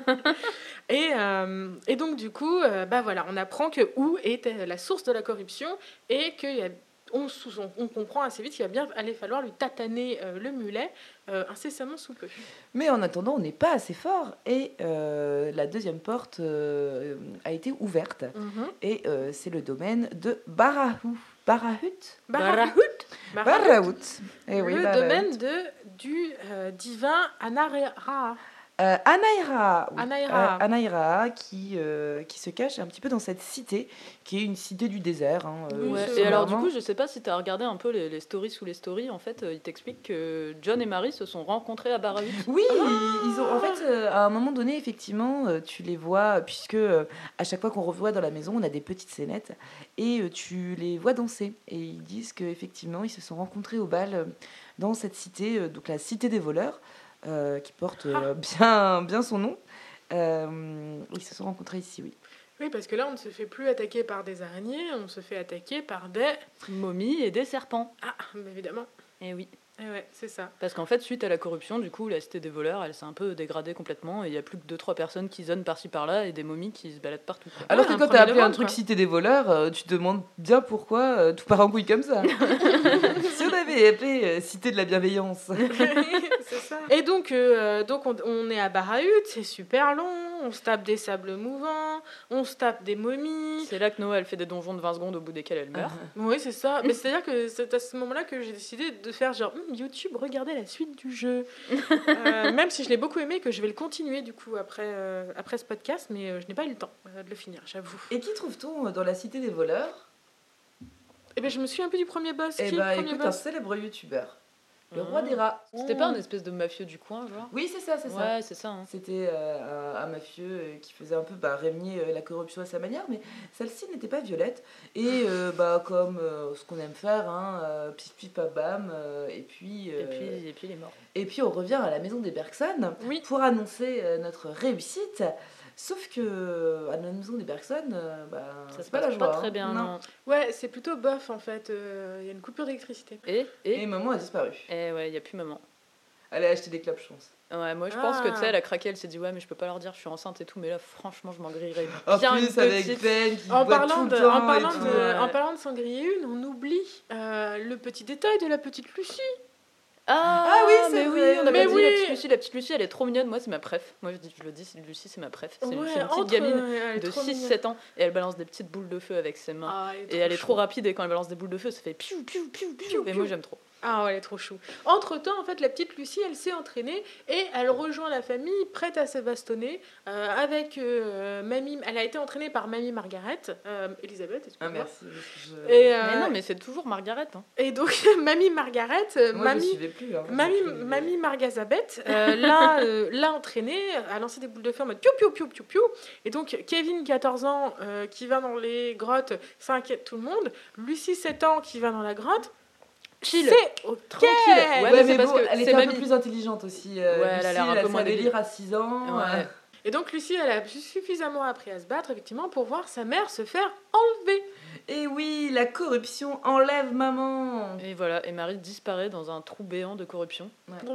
Et, euh, et donc, du coup, euh, bah voilà, on apprend que où est euh, la source de la corruption et qu'on on, on comprend assez vite qu'il va bien aller falloir lui tataner euh, le mulet euh, incessamment sous peu. Mais en attendant, on n'est pas assez fort et euh, la deuxième porte euh, a été ouverte. Et euh, c'est le domaine de Barahou. Barahut Barahut. Barahut. Barahut. Eh oui, le Barahut. domaine de, du euh, divin Anara. Euh, Anaïra, oui. Anaïra. Euh, Anaïra qui, euh, qui se cache un petit peu dans cette cité, qui est une cité du désert. Hein, euh, Oui, Ouais. c'est Et alors, du sommairement. coup, je sais pas si tu as regardé un peu les, les stories sous les stories. En fait, euh, ils t'expliquent que John et Marie se sont rencontrés à Barahut. Oui, ils ont. En fait, euh, à un moment donné, effectivement, euh, tu les vois, puisque euh, à chaque fois qu'on revoit dans la maison, on a des petites scénettes, et euh, tu les vois danser. Et ils disent qu'effectivement, ils se sont rencontrés au bal euh, dans cette cité, euh, donc la cité des voleurs, euh, qui porte euh, bien, bien son nom. Euh, ils se sont rencontrés ici, oui. Oui, parce que là, on ne se fait plus attaquer par des araignées, on se fait attaquer par des... Momies et des serpents. Ah, mais évidemment. Et oui. Eh ouais, c'est ça. Parce qu'en fait, suite à la corruption, du coup, la cité des voleurs, elle s'est un peu dégradée complètement. Et il y a plus que deux trois personnes qui zonent par-ci par-là et des momies qui se baladent partout. quoi. Alors Ouais, que un quand premier t'as appelé un novembre, truc quoi. cité des voleurs, euh, tu te demandes bien pourquoi euh, tout part en couille comme ça. Si on avait appelé euh, cité de la bienveillance. C'est ça. Et donc, euh, donc on, on est à Barahut, c'est super long, on se tape des sables mouvants, on se tape des momies. C'est là que Noah, elle fait des donjons de vingt secondes au bout desquels elle meurt. Oui, c'est ça. Mais c'est-à-dire que c'est à ce moment-là que j'ai décidé de faire genre Hum, YouTube, regardez la suite du jeu. Euh, même si je l'ai beaucoup aimé, que je vais le continuer du coup après, euh, après ce podcast, mais euh, je n'ai pas eu le temps euh, de le finir, j'avoue. Et qui trouve-t-on dans la cité des voleurs? Et ben je me suis un peu du premier boss. Eh Qui est le bah premier écoute, un boss célèbre youtubeur. Le Ah. roi des rats. C'était pas un espèce de mafieux du coin, genre Oui, c'est ça, c'est ça. Ouais, c'est ça. hein. C'était euh, un, un mafieux euh, qui faisait un peu bah, régner euh, la corruption à sa manière, mais celle-ci n'était pas violette. Et euh, bah, comme euh, ce qu'on aime faire, hein, euh, pif pif paf bam, euh, et, puis, euh, Et, puis, et puis, il est mort. et puis on revient à la maison des Bergson Oui. pour annoncer euh, notre réussite. Sauf que à la maison des Bergson, euh, bah, Ça c'est se pas passe la pas joie. très hein. bien, Non. non. Ouais, c'est plutôt bof en fait. euh, Il y a une coupure d'électricité. Et, Et et, maman a disparu. et ouais, il y a plus maman. Elle a acheté des clopes, je pense. Ouais, moi je pense que Ah. tu sais, elle a craqué, elle s'est dit ouais, mais je peux pas leur dire, je suis enceinte et tout, mais là franchement, je m'en grillerais En bien plus, une avec petite. Ben qui En boit parlant, tout de, le temps en, parlant et tout. de, ouais. en parlant de s'en griller une, on oublie euh, le petit détail de la petite Lucie. Ah, Ah oui, c'est mais vrai. oui, on a Mais pas dit oui. la petite Lucie, la petite Lucie, elle est trop mignonne. Moi, c'est ma préf. Moi, je, dis, je le dis, c'est- Lucie, c'est ma préf. C'est Ouais, c'est une petite entre, gamine euh, elle est de trop six mignonne. sept ans et elle balance des petites boules de feu avec ses mains. Ah, Et elle est trop chou. rapide et quand elle balance des boules de feu, ça fait piou piou piou piou. Et moi, j'aime trop. Ah ouais, elle est trop chou. Entre-temps, en fait, la petite Lucie, elle s'est entraînée et elle rejoint la famille prête à se bastonner euh, avec euh, Mamie... Elle a été entraînée par Mamie Margaret, euh, Elisabeth, excuse-moi. Ah, merci. Je... Et, euh, Mais non, mais c'est toujours Margaret. Hein. et donc, Mamie Margaret, euh, Moi, Mamie... je ne suivais plus. Hein, Mamie, Mamie Margazabeth euh, l'a, euh, l'a entraînée, a lancé des boules de feu en mode piou piou piou piou piou. Et donc Kevin, quatorze ans, euh, qui va dans les grottes, ça inquiète tout le monde. Lucie, sept ans, qui va dans la grotte. Chill. C'est ok. Tranquille. Ouais, Ouais, mais mais c'est parce bon, que elle c'est était un Mamie. peu plus intelligente aussi. Euh, Ouais, elle a Lucie, l'air un peu moins savait débile. lire à six ans. Ouais. euh, Et donc Lucie, elle a suffisamment appris à se battre, effectivement, pour voir sa mère se faire enlever. Et oui, la corruption enlève maman. Et voilà, et Marie disparaît dans un trou béant de corruption.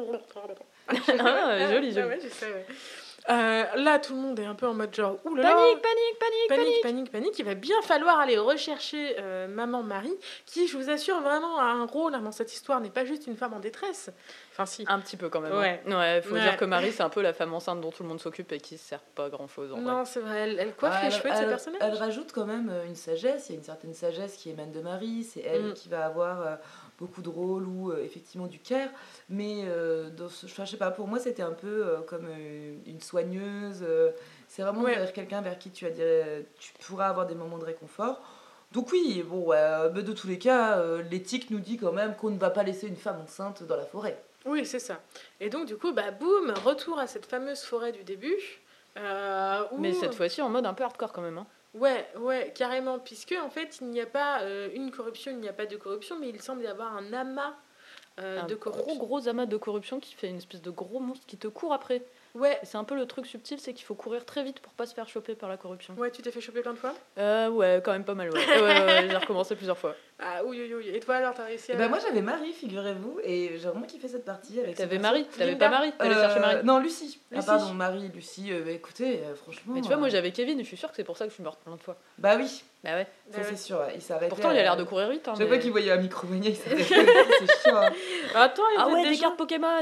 Ah, Ah, joli, joli. ouais, je sais, ouais. Euh, là, tout le monde est un peu en mode genre, ouh là là, Panique, panique, panique, panique, panique. panique, panique. Il va bien falloir aller rechercher euh, maman Marie, qui, je vous assure, vraiment a un rôle hein, dans cette histoire, n'est pas juste une femme en détresse. Enfin, si. Un petit peu quand même. Ouais. hein. Ouais, faut Ouais. dire que Marie, c'est un peu la femme enceinte dont tout le monde s'occupe et qui sert pas à grand chose en vrai. Non, c'est vrai, elle, elle coiffe Ah, les elle, cheveux de ses elle- personnages. elle rajoute quand même euh, une sagesse. Il y a une certaine sagesse qui émane de Marie. C'est elle Mm. qui va avoir euh, beaucoup de rôles ou euh, effectivement du care. Mais euh, dans ce, enfin, je sais pas, pour moi, c'était un peu euh, comme euh, une soigneuse. euh, c'est vraiment Ouais. vers quelqu'un vers qui tu, as des- tu pourras avoir des moments de réconfort. Donc oui, bon, ouais, euh, mais de tous les cas, euh, l'éthique nous dit quand même qu'on ne va pas laisser une femme enceinte dans la forêt. Oui, c'est ça. Et donc, du coup, bah, boum, retour à cette fameuse forêt du début. euh, où- Mais cette fois-ci en mode un peu hardcore quand même. Hein. Ouais, ouais, carrément, puisque en fait, il n'y a pas euh, une corruption, il n'y a pas de corruption, mais il semble y avoir un amas euh, Un de gros corruption. gros amas de corruption qui fait une espèce de gros monstre qui te court après. Ouais, Et c'est un peu le truc subtil, c'est qu'il faut courir très vite pour pas se faire choper par la corruption. ouais, tu t'es fait choper plein de fois. Euh, ouais, quand même pas mal. Ouais, ouais, ouais, ouais, j'ai recommencé plusieurs fois. Ah, oui, oui, oui. Et toi, alors, t'as réussi à. Et ben moi j'avais Marie, figurez-vous, et j'ai vraiment kiffé cette partie avec. ce T'avais perso. Marie, t'avais Linda. pas Marie, t'allais Euh, chercher Marie. Non, Lucie. Ah Lucie. pardon, Marie, Lucie. euh, bah, écoutez, euh, franchement. Mais tu vois, moi euh, j'avais Kevin, et je suis sûre que c'est pour ça que je suis morte plein de fois. Bah oui, Bah ouais. Bah ça ouais. c'est sûr. ouais, Il s'arrêtait. Pourtant, il a l'air de euh, courir vite. Hein, Chaque mais- fois qu'il voyait un micro-mania, il s'arrêtait. C'est chiant. hein. Attends, il y a Ah peut-être ouais, des des gens- cartes Pokémon.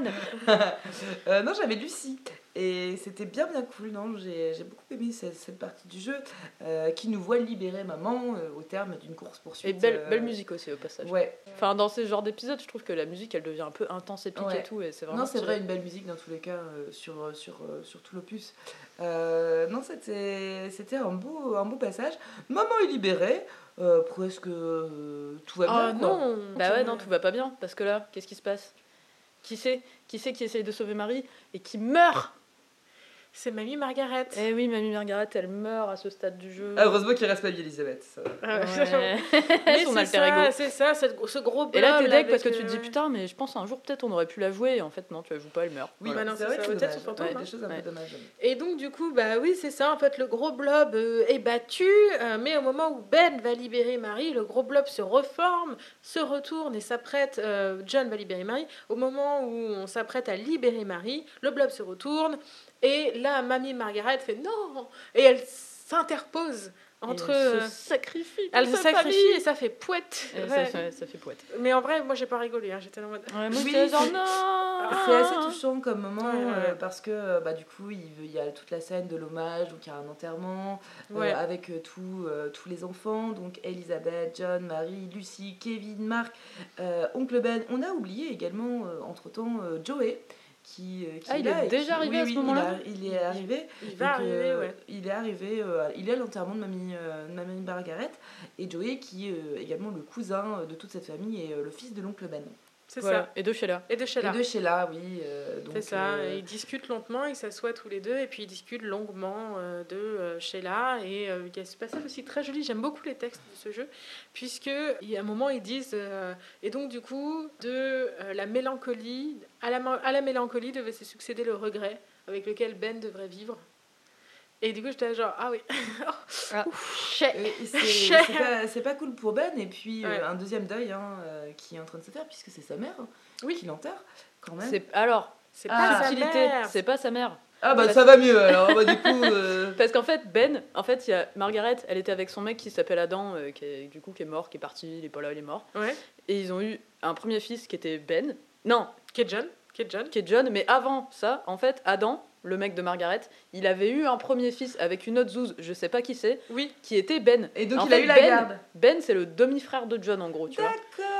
Euh, non, j'avais Lucie. Et c'était bien, bien cool. Non, j'ai j'ai beaucoup aimé cette, cette partie du jeu euh, qui nous voit libérer maman euh, au terme d'une course-poursuite. Et belle, euh, belle musique aussi au passage. Ouais. Enfin, dans ces genres d'épisodes, je trouve que la musique elle devient un peu intense, épique Ouais. et tout, et c'est vraiment. Non, c'est stylé. vrai, une belle musique dans tous les cas euh, sur, sur, euh, sur tout l'opus. Euh, non, c'était c'était un beau, un beau passage. Maman est libérée, euh, presque euh, tout va bien. Ah quoi. non. Bah ouais, non, tout va pas bien, parce que là, qu'est-ce qui se passe? Qui c'est Qui c'est qui essaye de sauver Marie et qui meurt? C'est Mamie Margaret. Eh oui, Mamie Margaret, elle meurt à ce stade du jeu. Ah, heureusement qu'il reste pas vie, Elisabeth. ça. Euh, Ouais. Mais Son c'est alter ça, ego. c'est ça, cette- ce gros Et là, blob t'es deg avec, parce que tu te euh, dis ouais. putain, mais je pense un jour peut-être on aurait pu la jouer, et en fait, non, tu la joues pas, elle meurt. Oui, Bah non, c'est c'est vrai ça, que c'est peut-être dommage. son fantôme, Ouais, hein. des choses un Ouais. peu dommages. Et donc, du coup, bah oui, c'est ça. En fait, le gros blob euh, est battu. euh, mais au moment où Ben va libérer Marie, le gros blob se reforme, se retourne et s'apprête. euh, John va libérer Marie. Au moment où on s'apprête à libérer Marie, le blob se retourne. Et là, Mamie Margaret fait non. Et elle s'interpose entre. Et elle euh, se sacrifie. Elle pour se sa sacrifie famille. et ça fait pouette. Et Ouais. ça, fait, ça fait poète. Mais en vrai, moi, j'ai pas rigolé. Hein. J'étais en mode. Ouais, moi, Oui, j'étais genre c'est- non. C'est assez touchant comme moment Ouais, ouais. euh, parce que euh, bah, du coup il, veut- il y a toute la scène de l'hommage, donc il y a un enterrement euh, Ouais. avec euh, tout, euh, tous les enfants, donc Elisabeth, John, Marie, Lucie, Kevin, Marc, euh, Oncle Ben. On a oublié également euh, entre-temps euh, Joey qui, euh, qui Ah, il là est et déjà qui- arrivé oui, à ce oui, moment-là il, a- il est arrivé. Il va Donc, arriver, euh, ouais. Il est arrivé, euh, il est à l'enterrement de Mamie, euh, de Mamie Margaret et Joey qui est euh, également le cousin de toute cette famille et euh, le fils de l'oncle Ben. C'est Voilà. ça. Et de Sheila. Et de Sheila. Et de Sheila, oui. euh, donc, C'est ça, euh, et ils discutent lentement, ils s'assoient tous les deux, et puis ils discutent longuement euh, de euh, Sheila. Et euh, il y a ce passage aussi très joli, j'aime beaucoup les textes de ce jeu, puisque il y a un moment ils disent, euh, et donc du coup, de euh, la mélancolie, à la, à la mélancolie devait se succéder le regret, avec lequel Ben devrait vivre. Et du coup, j'étais là genre, ah oui. Ah. Ouf. Euh, et c'est Cher. c'est pas, c'est pas cool pour Ben, et puis euh, Ouais. un deuxième deuil hein, euh, qui est en train de se faire, puisque c'est sa mère hein, Oui. qui l'enterre quand même. C'est alors. C'est Ah, pas sa Subtilité, mère. c'est pas sa mère. Ah bah parce- ça va mieux alors, bah, du coup. euh, Parce qu'en fait, Ben, en fait, il y a Margaret, elle était avec son mec qui s'appelle Adam, euh, qui est, du coup qui est mort, qui est parti, il est pas là, il est mort. Ouais. Et ils ont eu un premier fils qui était Ben. Non, Qui est John. Qui est John. qui est John, mais avant ça, en fait, Adam, le mec de Margaret, il avait eu un premier fils avec une autre zouze, je sais pas qui c'est, Oui. qui était Ben. Et donc En il a fait, eu la Ben- garde. Ben, c'est le demi-frère de John, en gros, tu vois. D'accord.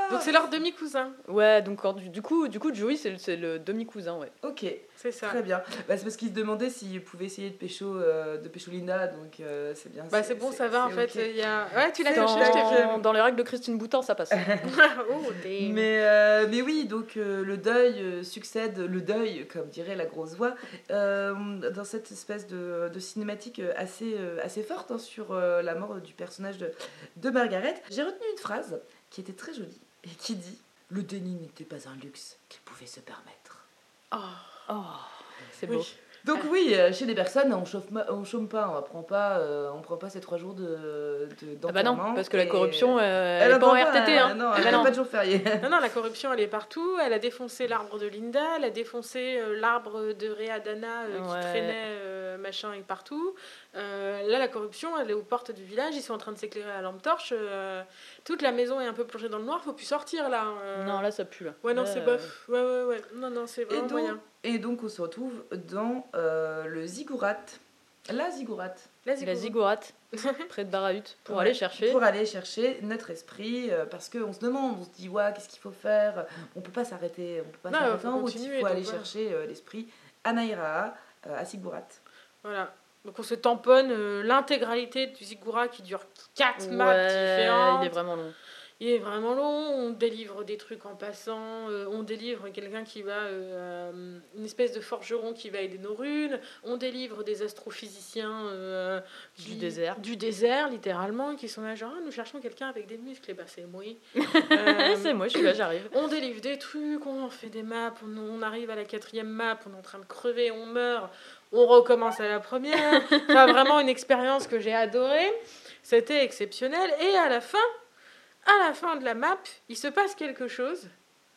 Donc c'est leur demi-cousin. Ouais, donc quand, du, du coup, du coup, Joey, c'est le, c'est le demi-cousin, ouais. Ok, C'est ça. très bien. Bah, c'est parce qu'ils se demandaient s'ils pouvaient essayer de pécho, euh, de pécho Linda, donc euh, c'est bien. Bah c'est bon, ça va en fait. ok. Il y a... Ouais, tu l'as C'est touché, ok. je t'ai vu. Dans, dans les règles de Christine Boutin, ça passe. Oh, damn. Mais, euh, mais oui, donc euh, le deuil euh, succède, le deuil, comme dirait la grosse voix, euh, dans cette espèce de, de cinématique assez, euh, assez forte hein, sur euh, la mort du personnage de, de Margaret. J'ai retenu une phrase qui était très jolie et qui dit « Le déni n'était pas un luxe qu'il pouvait se permettre. Oh. Oh, c'est beau. Oui. » Donc oui, euh, chez les personnes, on chauffe, on chôme pas, on prend pas, euh, on prend pas ces trois jours de, de Ah bah non, d'enterrement parce que la et- corruption, euh, Elle elle est pas en entend R T T. Hein. Non, Ah elle bah n'a non. pas de jour férié. Non, non, la corruption, elle est partout. Elle a défoncé l'arbre de Linda, elle a défoncé euh, l'arbre de Readana euh, qui Ouais. traînait euh, machin et partout. Euh, là, la corruption, elle est aux portes du village. Ils sont en train de s'éclairer à la lampe torche. euh, toute la maison est un peu plongée dans le noir. Faut plus sortir là. euh. Non, là, ça pue. Là. Ouais, non, Là, c'est euh, bof. Ouais, ouais, ouais. Non, non, c'est Et vraiment donc, moyen. et donc on se retrouve dans euh, le ziggurat. La ziggurat. La La zigourou. Ziggourate, près de Barahut, pour Ouais, aller chercher. Pour aller chercher notre esprit, euh, parce qu'on se demande, on se dit, ouais, qu'est-ce qu'il faut faire? On peut pas s'arrêter, on peut pas Non, s'arrêter faut en route, continuer, il faut donc aller voilà. chercher euh, l'esprit Anaïra euh, à Ziggurat. Voilà. Donc on se tamponne euh, l'intégralité du ziggoura qui dure quatre maps Ouais, différentes. il est vraiment long. Il est vraiment long, on délivre des trucs en passant, euh, on délivre quelqu'un qui va, euh, euh, une espèce de forgeron qui va aider nos runes, on délivre des astrophysiciens euh, qui- Du désert. du désert littéralement, qui sont là genre ah, nous cherchons quelqu'un avec des muscles, et bah c'est moi. Euh, C'est moi, je suis là, j'arrive. on délivre des trucs, on en fait des maps, on, on arrive à la quatrième map, on est en train de crever, on meurt, on recommence à la première. Enfin, vraiment une expérience que j'ai adorée, c'était exceptionnel, et à la fin. À la fin de la map, il se passe quelque chose.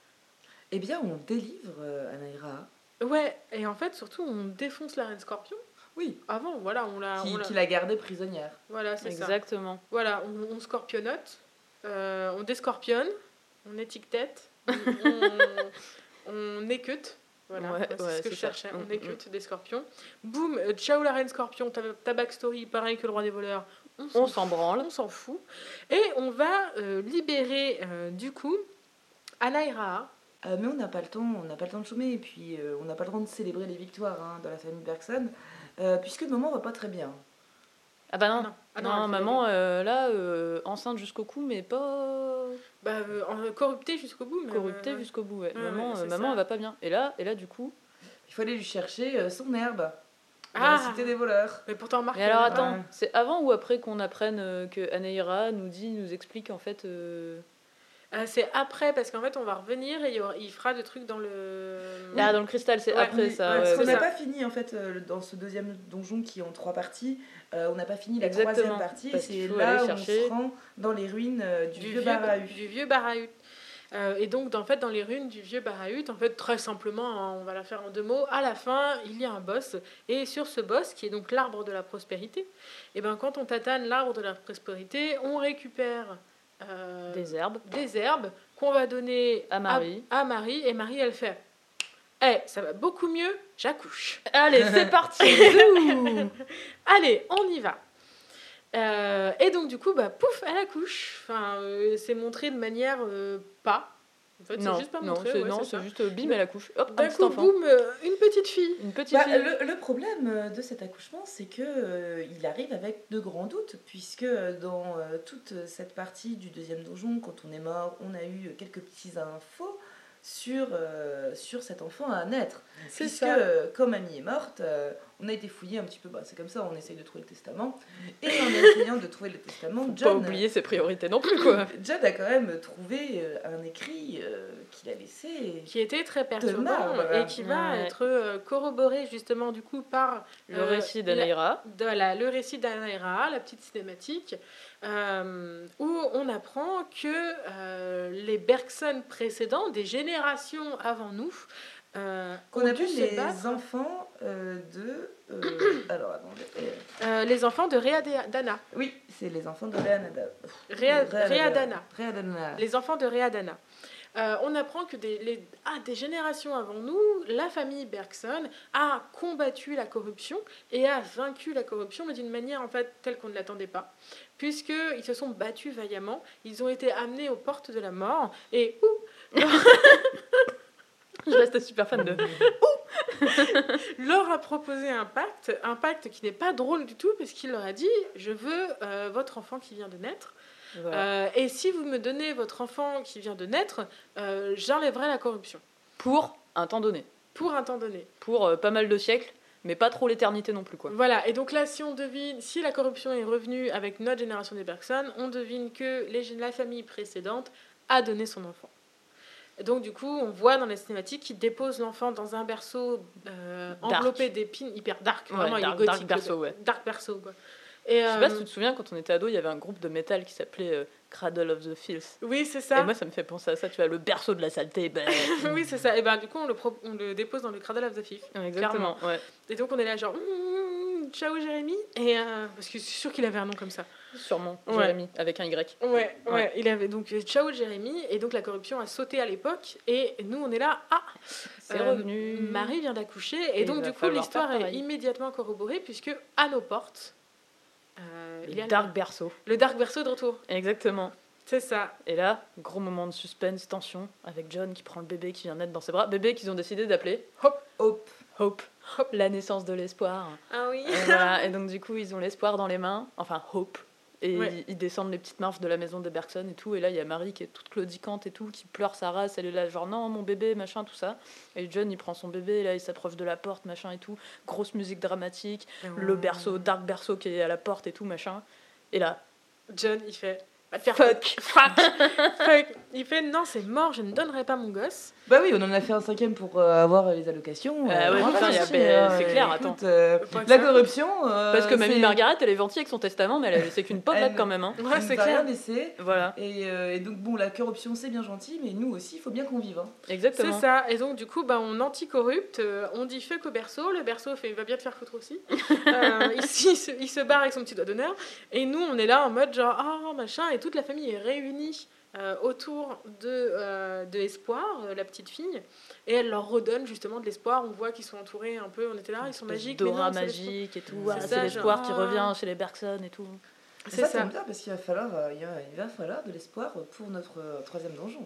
Eh bien, on délivre euh, Anaïra, Ouais, et en fait, surtout, on défonce la reine scorpion. oui, Avant, voilà, on l'a... qui, on l'a- qui l'a gardée prisonnière. Voilà, c'est ça. Exactement. Voilà, on, on scorpionnote, euh, on déscorpionne, on étiquette, on, on, on écute. Voilà, Ouais, c'est ouais, ce que c'est je ça. cherchais. Mm, On écute des scorpions. Boum, euh, ciao la reine scorpion, ta, ta backstory, pareil que le roi des voleurs. On s'en On s'en branle. on s'en fout. Et on va euh, libérer, euh, du coup, Anaïra. Euh, mais on n'a pas le temps, on n'a pas le temps de chômer, et puis euh, on n'a pas le temps de célébrer les victoires hein, dans la famille Bergson, euh, puisque maman va pas très bien. Ah bah non. Ah non, ah non, non, elle fait- maman, euh, là, euh, enceinte jusqu'au cou, mais pas Bah, euh, en- corruptée jusqu'au bout. mais, corruptée euh, ouais. jusqu'au bout. Ouais. Ouais, maman, ouais, euh, c'est maman ça. elle va pas bien. Et là, et là, du coup. Il faut aller lui chercher euh, son herbe dans Ah. la cité des voleurs. Mais pourtant, Marc. Mais alors elle- attends, Ouais. c'est avant ou après qu'on apprenne euh, que Anaïra nous dit, nous explique en fait. euh, Euh, c'est après, parce qu'en fait, on va revenir et il, y aura- il fera des trucs dans le. Ah, dans le cristal, c'est Ouais, après Oui, ça. ouais, ouais, parce qu'on c'est n'a ça. pas fini en fait euh, dans ce deuxième donjon qui est en trois parties. Euh, on n'a pas fini la Exactement, troisième partie. Et parce c'est qu'il faut là aller où chercher- on se rend dans les ruines euh, du, du vieux vieux, Barahut. du vieux Barahut. Euh, et donc, en fait, dans les runes du vieux Barahut, en fait, très simplement, hein, on va la faire en deux mots. À la fin, il y a un boss, et sur ce boss, qui est donc l'arbre de la prospérité, et ben quand on tatane l'arbre de la prospérité, on récupère euh, Des herbes. des herbes qu'on va donner À Marie. À, à Marie, et Marie, elle fait. Eh, ça va beaucoup mieux, j'accouche. Allez, c'est parti. Zou. Allez, on y va. Euh, et donc, du coup, bah, pouf, elle accouche. Enfin, euh, c'est montré de manière euh, pas. En fait, c'est non, juste pas non, montré. c'est ouais, non, c'est c'est ça. juste euh, bim, elle accouche. Hop, un D'un petit coup, enfant. boum, euh, une petite fille. Une petite Bah, fille. le, le problème euh, de cet accouchement, c'est que euh, il arrive avec de grands doutes, puisque euh, dans euh, toute cette partie du deuxième donjon, quand on est mort, on a eu quelques petits infos sur, euh, sur cet enfant à naître. C'est Puisque, ça. euh, comme Annie est morte, euh, on a été fouillé un petit peu, bah, c'est comme ça, on essaye de trouver le testament. Et en essayant de trouver le testament, Faut pas John, oublier ses priorités non plus, quoi. John a quand même trouvé euh, un écrit euh, qu'il a laissé. Qui était très perturbant marbre. et qui va Ouais. être euh, corroboré justement du coup par Le euh, récit la- d'Anaïra. de la- le récit d'Anaïra, la petite cinématique, euh, où on apprend que euh, les Bergson précédents, des générations avant nous, euh, Qu'on ont appelle dû se les battre. enfants euh, de. euh, alors, attendez. euh, Euh, les enfants de Réadana. oui, c'est les enfants de Réanada. Réa- Réadana. Réadana. Les enfants de Réadana. euh, on apprend que des, les, ah, des générations avant nous, la famille Bergson a combattu la corruption et a vaincu la corruption, mais d'une manière en fait telle qu'on ne l'attendait pas. Puisqu'ils se sont battus vaillamment, ils ont été amenés aux portes de la mort, et ouh, Je reste super fan de... leur a proposé un pacte, un pacte qui n'est pas drôle du tout, parce qu'il leur a dit « Je veux euh, votre enfant qui vient de naître, Voilà. euh, et si vous me donnez votre enfant qui vient de naître, euh, j'enlèverai la corruption. Pour un temps donné. » Pour un temps donné. Pour euh, pas mal de siècles, mais pas trop l'éternité non plus, quoi. Voilà, et donc là, si on devine, si la corruption est revenue avec notre génération des Bergson, on devine que les, la famille précédente a donné son enfant. Et donc du coup, on voit dans les cinématiques qu'il dépose l'enfant dans un berceau euh, enveloppé d'épines, hyper dark, Ouais, vraiment, dark- il est dark gothique. berceau, ouais. Dark berceau, quoi. Et, Je sais pas euh, si tu te souviens, quand on était ado, il y avait un groupe de métal qui s'appelait euh, Cradle of the Filth. Oui, c'est Et ça. moi, ça me fait penser à ça, tu vois, le berceau de la saleté. Ben... Oui, c'est ça. Et ben du coup, on le, pro- on le dépose dans le Cradle of the Thief. Exactement, ouais. Et donc on est là genre, Mmh, ciao Jérémy. Et euh, parce que je suis sûre qu'il avait un nom comme ça. Sûrement, Ouais. Jérémy, avec un Y. Ouais, ouais, Ouais. il avait donc euh, ciao Jérémy. Et donc la corruption a sauté à l'époque. Et nous, on est là, ah, C'est euh, revenu. Marie vient d'accoucher. Et Et donc il va du coup, falloir l'histoire faire est pareil. immédiatement corroborée puisque à nos portes, euh, il y a Le Dark Berceau. le Dark Berceau de retour. Exactement. C'est ça. Et là, gros moment de suspense, tension, avec John qui prend le bébé qui vient naître dans ses bras. Bébé qu'ils ont décidé d'appeler Hop. Hope. La naissance de l'espoir. Ah oui. Et, voilà. Et donc, du coup, ils ont l'espoir dans les mains. Enfin, Hope. Et Ouais. ils, ils descendent les petites marches de la maison des Bergson et tout. Et là, il y a Marie qui est toute claudicante et tout, qui pleure sa race. Elle est là, genre, non, mon bébé, machin, tout ça. Et John, il prend son bébé, et là, il s'approche de la porte, machin et tout. Grosse musique dramatique. Le berceau, Dark Berceau qui est à la porte et tout, machin. Et là, John, il fait. Va te faire fuck. fuck. Fuck. Il fait non, c'est mort, je ne donnerai pas mon gosse. Bah oui, on en a fait un cinquième pour euh, avoir les allocations. Ah ouais, on putain, va y a- chercher, ben, hein, c'est clair, écoute, attends. euh, Pas que la ça. corruption. euh, Parce que Mamie c'est- Margaret, elle est gentille avec son testament, mais elle a laissé qu'une pomme là Elle- quand même. Hein. Ouais, elle c'est nous a rien clair. laissé. Voilà, Et, euh, et donc, bon, la corruption, c'est bien gentil, mais nous aussi, il faut bien qu'on vive. Hein. C'est exactement. ça. Et donc, du coup, bah, on anti-corrupte, euh, on dit fuck au berceau. Le berceau fait, il va bien te faire foutre aussi. Euh, il, il se, il se barre avec son petit doigt d'honneur. Et nous, on est là en mode genre, ah, machin. Et toute la famille est réunie euh, autour de, euh, de Espoir, euh, la petite fille. Et elle leur redonne justement de l'espoir. On voit qu'ils sont entourés un peu. On était là, ils sont magiques. mais Dora non, c'est l'espoir. magique et tout. C'est Ah, ça, c'est l'espoir genre, qui ah. revient chez les Bergson et tout. C'est C'est ça, ça. tombe bien, parce qu'il va falloir, euh, il va, il va falloir de l'espoir pour notre euh, troisième donjon.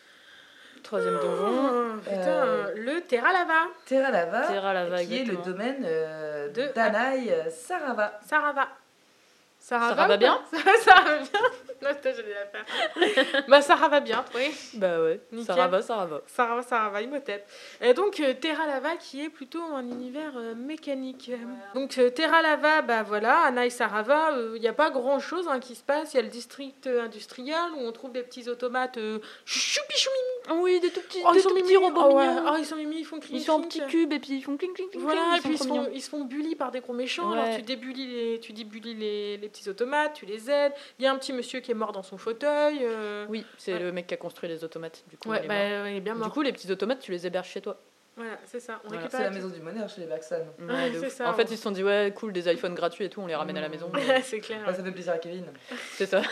Troisième donjon. Oh, putain, Euh, le Terra Lava. Terra Lava, Terra Lava, qui est le exactement. domaine euh, De- d'Anaï euh, Sarava. Sarava. Sarava, Ça va bien Ça va bien. Non, putain, j'allais la faire. Bah, ça va bien, oui. Bah ouais, Nickel. ça va, ça va. Ça va, ça va, Imhotep. Et donc, euh, Terra Lava qui est plutôt un univers euh, mécanique. Donc, euh, Terra Lava, bah voilà, Anaï Sarava, il n'y a pas grand chose hein, qui se passe. Il y a le district euh, industriel où on trouve des petits automates euh, choupi choumi. Oui, des tout petits, Oh, des ils sont tout petits mimi. robots Oh, ouais. mignons. Oh, ils sont mimi, ils font cling Ils sont en cling. petits cubes et puis ils font cling cling cling. Voilà, cling, et puis ils sont se, trop font, mignons. ils se font bully par des gros méchants. Ouais. Alors tu débullis, les, tu débullis les, les petits automates, tu les aides. Il y a un petit monsieur qui est mort dans son fauteuil. euh, Oui, c'est Ouais. le mec qui a construit les automates. Du coup, Ouais, il est bah, mort. ouais, il est bien mort. Du coup, les petits automates, tu les héberges chez toi. Voilà, c'est ça. On Voilà. récupère C'est la maison du bonheur chez les Bergson. Ouais, de c'est ouf. ça, en fait, on- ils se sont dit, ouais, cool, des iPhones gratuits et tout, on les ramène à la maison. Ouais, c'est clair. Ah, ça fait plaisir à Kevin. C'est ça.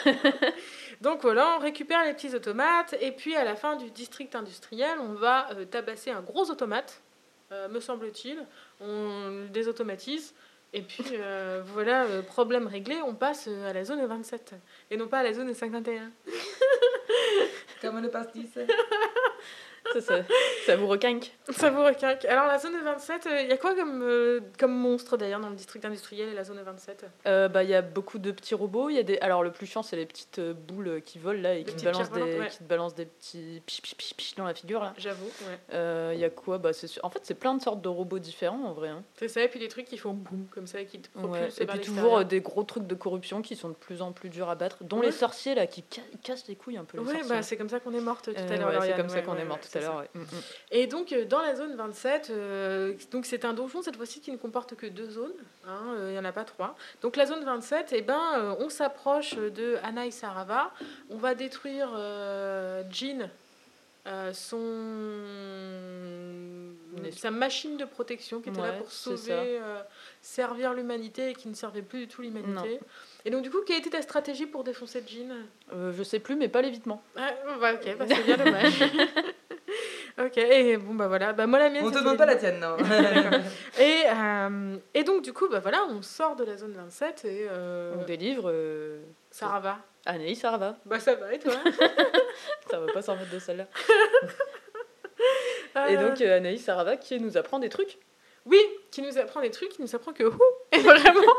Donc voilà, on récupère les petits automates. Et puis à la fin du district industriel, on va euh, tabasser un gros automate, euh, me semble-t-il. On le désautomatise. Et puis euh, voilà, euh, problème réglé, on passe euh, à la zone vingt-sept. Et non pas à la zone cinquante et un. Comme le pastis. ça, ça, ça vous requinque. Ça vous requinque. Alors la zone vingt-sept, il y a quoi comme, euh, comme monstre d'ailleurs dans le district industriel et la zone vingt-sept? Euh, bah, il y a beaucoup de petits robots. Il y a des... Alors, le plus chiant, c'est les petites euh, boules qui volent là et Les qui te, petites balancent pierres des... volantes, ouais. qui te balancent des petits pich, pich, pich, pich dans la figure là. J'avoue, ouais. Euh, Il y a quoi bah, c'est... En fait, c'est plein de sortes de robots différents en vrai. Hein. C'est ça, et puis des trucs qui font boum comme ça et qui te Ouais. propulsent Et vers puis l'extérieur. toujours euh, des gros trucs de corruption qui sont de plus en plus durs à battre, dont Ouais. les sorciers là qui ca- cassent les couilles un peu. Les Ouais, sorciers. bah c'est comme ça qu'on est morte tout Euh, à l'heure. ouais, c'est Lauriane. comme ça Ouais, qu'on ouais, est mort ouais, tout c'est à ça. l'heure. Ouais. Mm, mm. Et donc, euh, dans la zone vingt-sept, euh, donc c'est un donjon cette fois-ci qui ne comporte que deux zones. hein, euh, Il n'y en a pas trois. Donc, la zone vingt-sept, eh ben, euh, on s'approche de Anaï Sarava. On va détruire euh, Jean, euh, son Mais- sa machine de protection qui était là Ouais, pour c'est sauver, ça. euh, servir l'humanité et qui ne servait plus du tout l'humanité. Et donc, du coup, quelle était ta stratégie pour défoncer Jean? Euh, je sais plus, mais pas l'évitement. Ah, bah, ok, bah, c'est bien dommage. Ok, et bon, bah voilà. Bah, moi, la mienne, On te c'était demande pas la tienne, non. D'accord. Et, euh, et donc, du coup, bah voilà, on sort de la zone vingt-sept et. Euh, On délivre euh, Sarah va. Anaïs, ça va. Bah, ça va, et toi? Ça va pas s'en mettre de celle-là. Euh, Et donc euh, Anaïs Sarava qui nous apprend des trucs. Oui, qui nous apprend des trucs, qui nous apprend que Who est vraiment.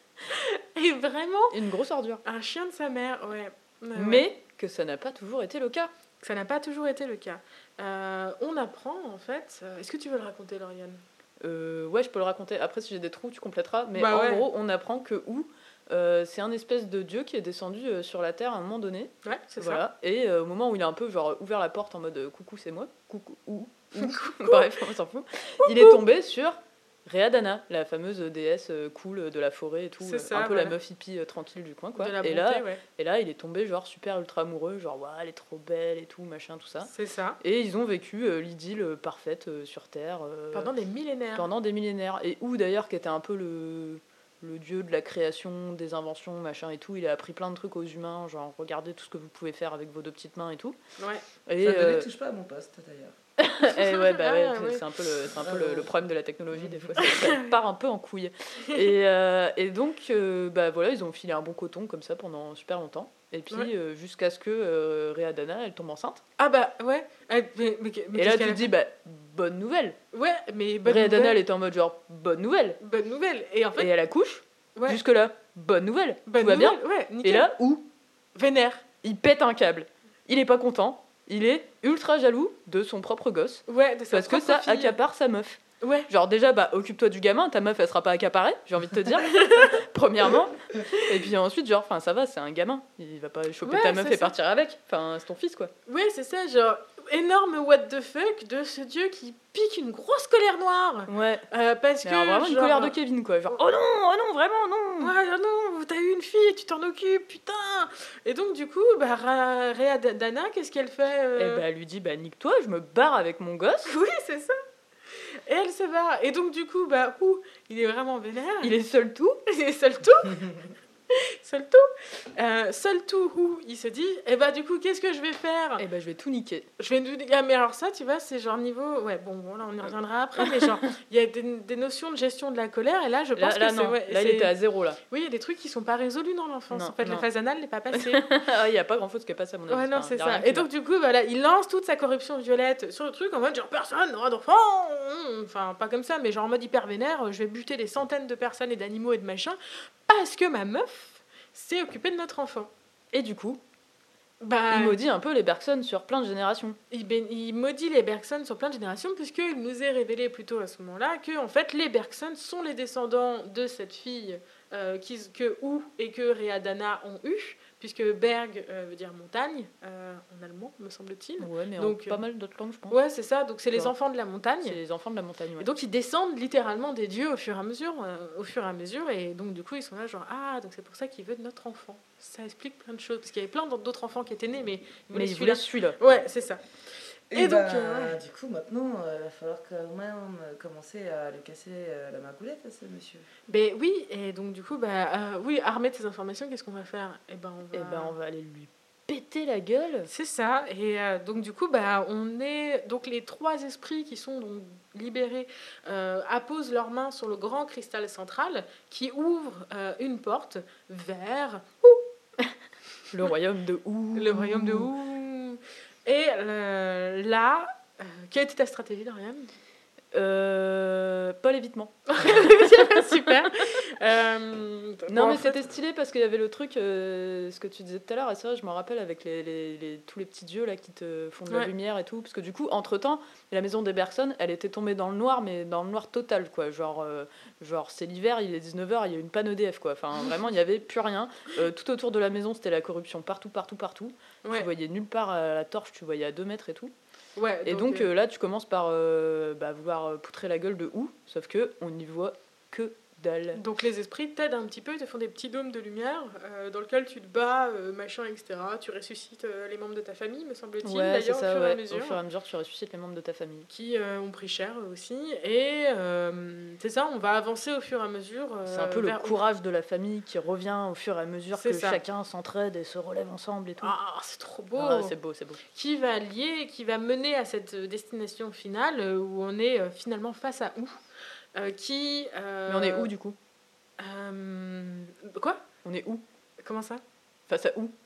est vraiment Une grosse ordure. un chien de sa mère, ouais. Ouais, ouais. Mais que ça n'a pas toujours été le cas. Ça n'a pas toujours été le cas. Euh, on apprend, en fait. euh, Est-ce que tu veux le raconter, Lauriane? Euh, ouais, je peux le raconter. Après, si j'ai des trous, tu compléteras. Mais Bah en ouais. gros, on apprend que Ou, euh, c'est un espèce de dieu qui est descendu euh, sur la Terre à un moment donné. Ouais, c'est Voilà. Et euh, au moment où il a un peu genre ouvert la porte en mode euh, coucou, c'est moi. Coucou, ou. ou. Bref, on s'en fout. Il est tombé sur Rhéadana, la fameuse déesse euh, cool de la forêt et tout. C'est euh, ça, un peu voilà. la meuf hippie euh, tranquille du coin, quoi. ça. De la et, bonté, là, ouais. et là, il est tombé genre super ultra amoureux, genre ouais, elle est trop belle et tout, machin, tout ça. C'est ça. Et ils ont vécu euh, l'idylle euh, parfaite euh, sur Terre. euh, Pendant des millénaires. pendant des millénaires. Et Ou d'ailleurs, qui était un peu le, le dieu de la création, des inventions, machin et tout, il a appris plein de trucs aux humains, genre regardez tout ce que vous pouvez faire avec vos deux petites mains et tout. Ouais. Et, Ça ne euh, touche pas à mon poste, d'ailleurs. et ouais, bah ouais, Ah, c'est ouais. c'est un peu, le, c'est un peu Ah, le, le ouais. problème de la technologie, des fois, ça, ça part un peu en couille. Et, euh, et donc, euh, bah voilà, ils ont filé un bon coton comme ça pendant super longtemps. Et puis, Ouais. euh, jusqu'à ce que euh, Rhéadana, elle tombe enceinte. Ah bah, ouais. Euh, Mais, mais, mais Et là, qu'est-ce tu qu'elle te a dis, fait bah, bonne nouvelle. Ouais, mais bonne Rhéadana, nouvelle. elle était en mode genre, bonne nouvelle. Bonne nouvelle. Et en fait, Et elle accouche. ouais. Jusque-là, bonne nouvelle. Bonne tout va bien. nouvelle, ouais, Et nickel. là, Ou Vénère. il pète un câble. Il est pas content. Il est ultra jaloux de son propre gosse. Ouais, de sa Parce que propre ça fille. accapare sa meuf. Ouais. Genre déjà, bah occupe-toi du gamin, ta meuf elle sera pas accaparée, j'ai envie de te dire. Premièrement. Et puis ensuite, genre, enfin ça va, c'est un gamin. Il va pas choper Ouais, ta meuf c'est et ça. partir avec. Enfin, c'est ton fils quoi. Ouais, c'est ça, genre, énorme what the fuck de ce dieu qui pique une grosse colère noire. Ouais. Euh, parce Mais que. alors, vraiment une genre, colère de Kevin quoi. Genre, oh non, oh non, vraiment non. Ouais, non, non, t'as eu une fille, tu t'en occupes, putain. Et donc, du coup, bah, Ra- Rhéadana, qu'est-ce qu'elle fait euh Et bah elle lui dit, bah nique-toi, je me barre avec mon gosse. Oui, c'est ça. Et elle se barre. Et donc, du coup, bah, ouh, il est vraiment vénère. Il est seul tout. Il est seul tout. Seul tout. Euh, seul tout, où il se dit, et bah, du coup, qu'est-ce que je vais faire Et bah je vais tout niquer. Je vais nous... Ah, mais alors ça, tu vois, c'est genre niveau... Ouais, bon, bon, là, on y reviendra après, mais genre, il y a des, des notions de gestion de la colère, et là, je pense Là, là que c'est... non, ouais, là il c'est- était à zéro là. Oui, il y a des trucs qui sont pas résolus dans l'enfance. Non, En fait, la non. phase anale n'est pas passée. Ah, il y a pas grand chose qui est passé à mon avis. Ouais, non, Enfin, c'est y a rien ça. qui Et va. donc, du coup, voilà, il lance toute sa corruption violette sur le truc en mode genre personne n'aura d'enfant. Enfin, pas comme ça, mais genre en mode hyper vénère. Je vais buter des centaines de personnes et d'animaux et de machins parce que ma meuf s'est occupée de notre enfant. Et du coup, Bah, il maudit un peu les Bergson sur plein de générations. il, ben- il maudit les Bergson sur plein de générations, puisqu'il nous est révélé plutôt à ce moment-là que en fait, les Bergson sont les descendants de cette fille euh, qui, que Ou et que Rhéadana ont eu, puisque Berg euh, veut dire montagne euh, en allemand, me semble-t-il. Ouais, mais Donc, en pas mal d'autres langues, je pense. Ouais, c'est ça, donc c'est les Ouais. enfants de la C'est montagne. les enfants de la montagne. Ouais. Et donc ils descendent littéralement des dieux au fur et à mesure, euh, au fur et à mesure, et donc du coup ils sont là genre ah donc c'est pour ça qu'il veut de notre enfant. Ça explique plein de choses parce qu'il y avait plein d'autres enfants qui étaient nés, mais il voulait mais il celui-là. voulait celui-là. Ouais, c'est ça. Et, Et donc, bah, euh, ouais. du coup, maintenant, il va falloir quand même euh, commencer à lui casser euh, la margoulette à ce monsieur. Ben oui, et donc du coup, bah, euh, oui, armé de ces informations, qu'est-ce qu'on va faire? Eh ben, on va... Et ben on va aller lui péter la gueule. C'est ça, et euh, donc du coup, bah, on est... Donc les trois esprits qui sont donc libérés euh, apposent leurs mains sur le grand cristal central qui ouvre euh, une porte vers Le royaume de Ou. le royaume de Ou. Et euh, là, euh, quelle était ta stratégie, Dorian? Euh, pas l'évitement. Super. Euh, Non, bon, mais en fait- c'était stylé parce qu'il y avait le truc, euh, ce que tu disais tout à l'heure, et ça, je me rappelle avec les, les- les- tous les petits dieux là qui te font de la Ouais. lumière et tout. Parce que du coup, entre temps, la maison des Bergson, elle était tombée dans le noir, mais dans le noir total, quoi. Genre, euh, genre c'est l'hiver, il est dix-neuf heures, il y a une panne E D F, quoi. Enfin, vraiment, il n'y avait plus rien. Euh, tout autour de la maison, c'était la corruption partout, partout, partout. Ouais, Tu voyais nulle part à la torche, tu voyais à deux mètres et tout. ouais, Et donc, euh, euh, là, tu commences par euh, bah, vouloir poutrer la gueule de Ou, sauf que on n'y voit que dalle. Donc les esprits t'aident un petit peu, ils te font des petits dômes de lumière euh, dans lequel tu te bats, euh, machin, et cetera. Tu ressuscites euh, les membres de ta famille, me semble-t-il, Ouais, c'est d'ailleurs, ça, au fur ouais. et à mesure. Au fur et à mesure, tu ressuscites les membres de ta famille. Qui euh, ont pris cher eux aussi. Et euh, c'est ça, on va avancer au fur et à mesure. Euh, C'est un peu le vers- courage de la famille qui revient au fur et à mesure C'est que ça. chacun s'entraide et se relève ensemble et tout. Ah, c'est trop beau. Ah, c'est beau, c'est beau. Qui va lier, qui va mener à cette destination finale euh, où on est euh, finalement face à où euh, qui, euh, Mais on est où du coup euh, Quoi On est où Comment ça Face à où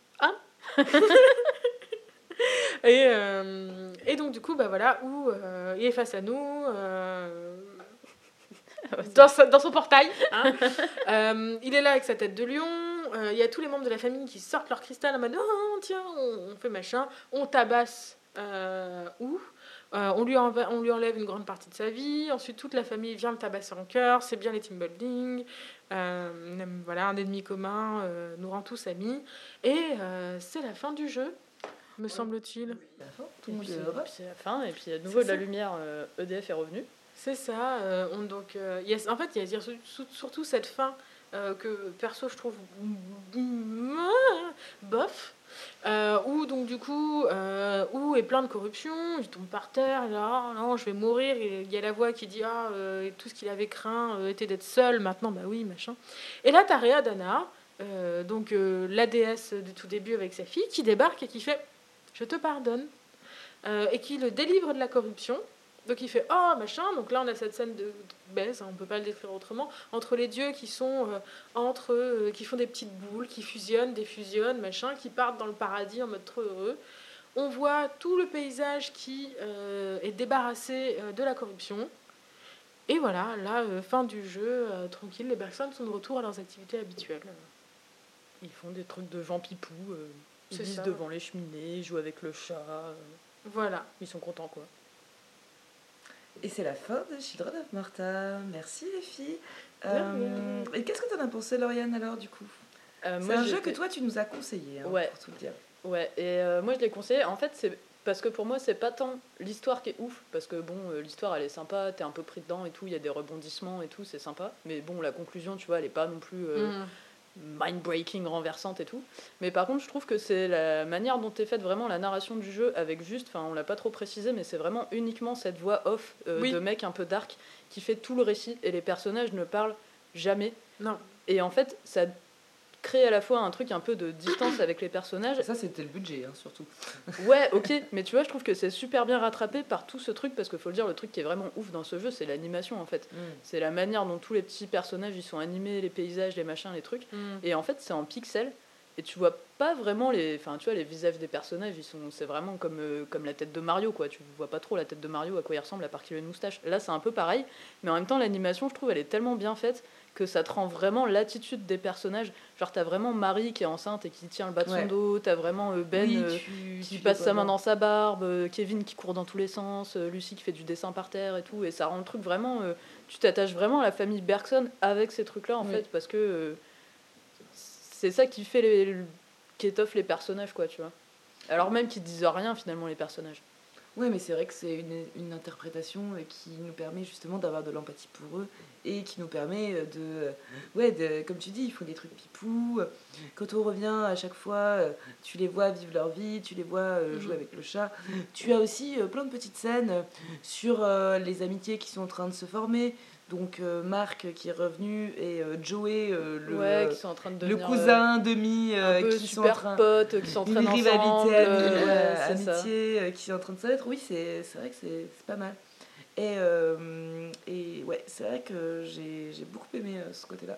et, euh, et donc du coup, bah voilà, où euh, il est face à nous, euh, dans, sa- dans son portail. Hein. Euh, il est là avec sa tête de lion. euh, Il y a tous les membres de la famille qui sortent leur cristal en mode oh, tiens, on, on fait machin, on tabasse euh, où Euh, on, lui enve- on lui enlève une grande partie de sa vie. Ensuite, toute la famille vient le tabasser en cœur. C'est bien les team building. Euh, voilà, un ennemi commun euh, nous rend tous amis. Et euh, c'est la fin du jeu, me semble-t-il. Tout Et le monde puis, est c'est- heureux. puis c'est la fin, et puis à nouveau de la ça. lumière, euh, E D F est revenu. C'est ça. euh, on, donc, euh, il y a- en fait, il y a, il y a sur- sur- surtout cette fin euh, que, perso, je trouve bof. Euh, où donc du coup euh, où est plein de corruption, il tombe par terre, là, non, je vais mourir, il y a la voix qui dit ah euh, tout ce qu'il avait craint euh, était d'être seul, maintenant bah oui machin. Et là t'as Rhéa-Dana, euh, donc euh, la déesse du tout début avec sa fille, qui débarque et qui fait je te pardonne euh, et qui le délivre de la corruption. Donc il fait oh machin, donc là on a cette scène de, de baise, hein, on peut pas le décrire autrement, entre les dieux qui sont euh, entre eux, euh, qui font des petites boules, qui fusionnent, défusionnent, machin, qui partent dans le paradis en mode trop heureux. On voit tout le paysage qui euh, est débarrassé euh, de la corruption. Et voilà, là, euh, fin du jeu, euh, tranquille, les personnes sont de retour à leurs activités habituelles. Ils font des trucs de Jean Pipou, euh, ils C'est lisent ça. devant les cheminées, ils jouent avec le chat, euh, Voilà. ils sont contents quoi. Et c'est la fin de Children of Morta. Merci les filles. De Euh, et qu'est-ce que t'en as pensé, Lauriane, alors, du coup Euh, C'est moi, un j'ai jeu que fait- toi, tu nous as conseillé, hein, Ouais. pour tout dire. Ouais, et euh, moi je l'ai conseillé. En fait, c'est parce que pour moi, c'est pas tant l'histoire qui est ouf, parce que bon, euh, l'histoire elle est sympa, t'es un peu pris dedans et tout, il y a des rebondissements et tout, c'est sympa. Mais bon, la conclusion, tu vois, elle est pas non plus euh, Mm. mind-breaking, renversante et tout. Mais par contre, je trouve que c'est la manière dont est faite vraiment la narration du jeu, avec juste, enfin, on l'a pas trop précisé, mais c'est vraiment uniquement cette voix off euh, Oui. de mec un peu dark qui fait tout le récit, et les personnages ne parlent jamais. Non. Et en fait, ça crée à la fois un truc un peu de distance avec les personnages. Ça, c'était le budget, hein, surtout. Ouais, ok, mais tu vois, je trouve que c'est super bien rattrapé par tout ce truc, parce qu'il faut le dire, le truc qui est vraiment ouf dans ce jeu, c'est l'animation en fait. Mm. C'est la manière dont tous les petits personnages ils sont animés, les paysages, les machins, les trucs. Mm. Et en fait, c'est en pixels. Et tu vois pas vraiment les, enfin tu vois les visages des personnages, ils sont, c'est vraiment comme euh, comme la tête de Mario quoi. Tu vois pas trop la tête de Mario à quoi il ressemble à part qu'il a une moustache. Là, c'est un peu pareil, mais en même temps l'animation, je trouve, elle est tellement bien faite que ça te rend vraiment l'attitude des personnages. Genre t'as vraiment Marie qui est enceinte et qui tient le bas de son Ouais. dos. T'as vraiment euh, Ben Oui, euh, tu- qui tu passe les sa vois main bien. dans sa barbe, euh, Kevin qui court dans tous les sens, euh, Lucie qui fait du dessin par terre et tout. Et ça rend le truc vraiment. euh, tu t'attaches vraiment à la famille Bergson avec ces trucs-là en Oui. fait, parce que euh, c'est ça qui fait les, qui étoffe les personnages quoi, tu vois. Alors même qu'ils disent rien finalement les personnages. Ouais, mais c'est vrai que c'est une, une interprétation euh, qui nous permet justement d'avoir de l'empathie pour eux et qui nous permet euh, de, euh, ouais, de, comme tu dis, ils font des trucs pipou. Quand on revient à chaque fois, euh, tu les vois vivre leur vie, tu les vois euh, jouer Mhm. avec le chat. Tu as aussi euh, plein de petites scènes euh, sur euh, les amitiés qui sont en train de se former. Donc euh, Marc qui est revenu et euh, Joey, euh, le, ouais, qui sont en train de le devenir cousin demi, euh, euh, un peu qui sont en super train potes, qui une s'entraînent rivalité, ensemble. ami- euh, euh, ouais, c'est ça. amitié euh, qui est en train de se mettre. Oui, c'est c'est vrai que c'est c'est pas mal. Et, euh, et ouais, c'est vrai que j'ai j'ai beaucoup aimé euh, ce côté-là.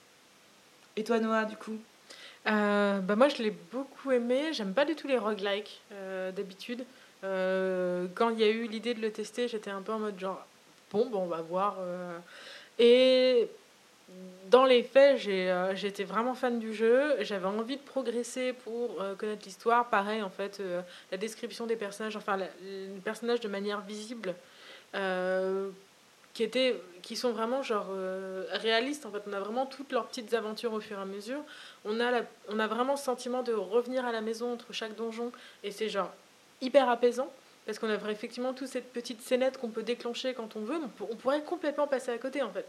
Et toi, Noah, du coup Euh, bah moi, je l'ai beaucoup aimé. J'aime pas du tout les roguelikes euh, d'habitude. Euh, quand il y a eu l'idée de le tester, j'étais un peu en mode genre bon, bon on va voir. euh. Et dans les faits, j'ai, euh, j'étais vraiment fan du jeu. J'avais envie de progresser pour euh, connaître l'histoire. Pareil, en fait, euh, la description des personnages, enfin, la- les personnages de manière visible. euh, qui étaient qui sont vraiment genre euh, réalistes en fait, on a vraiment toutes leurs petites aventures au fur et à mesure. On a la, on a vraiment ce sentiment de revenir à la maison entre chaque donjon et c'est genre hyper apaisant parce qu'on a effectivement toute cette petite scénette qu'on peut déclencher quand on veut. On, pour- on pourrait complètement passer à côté en fait.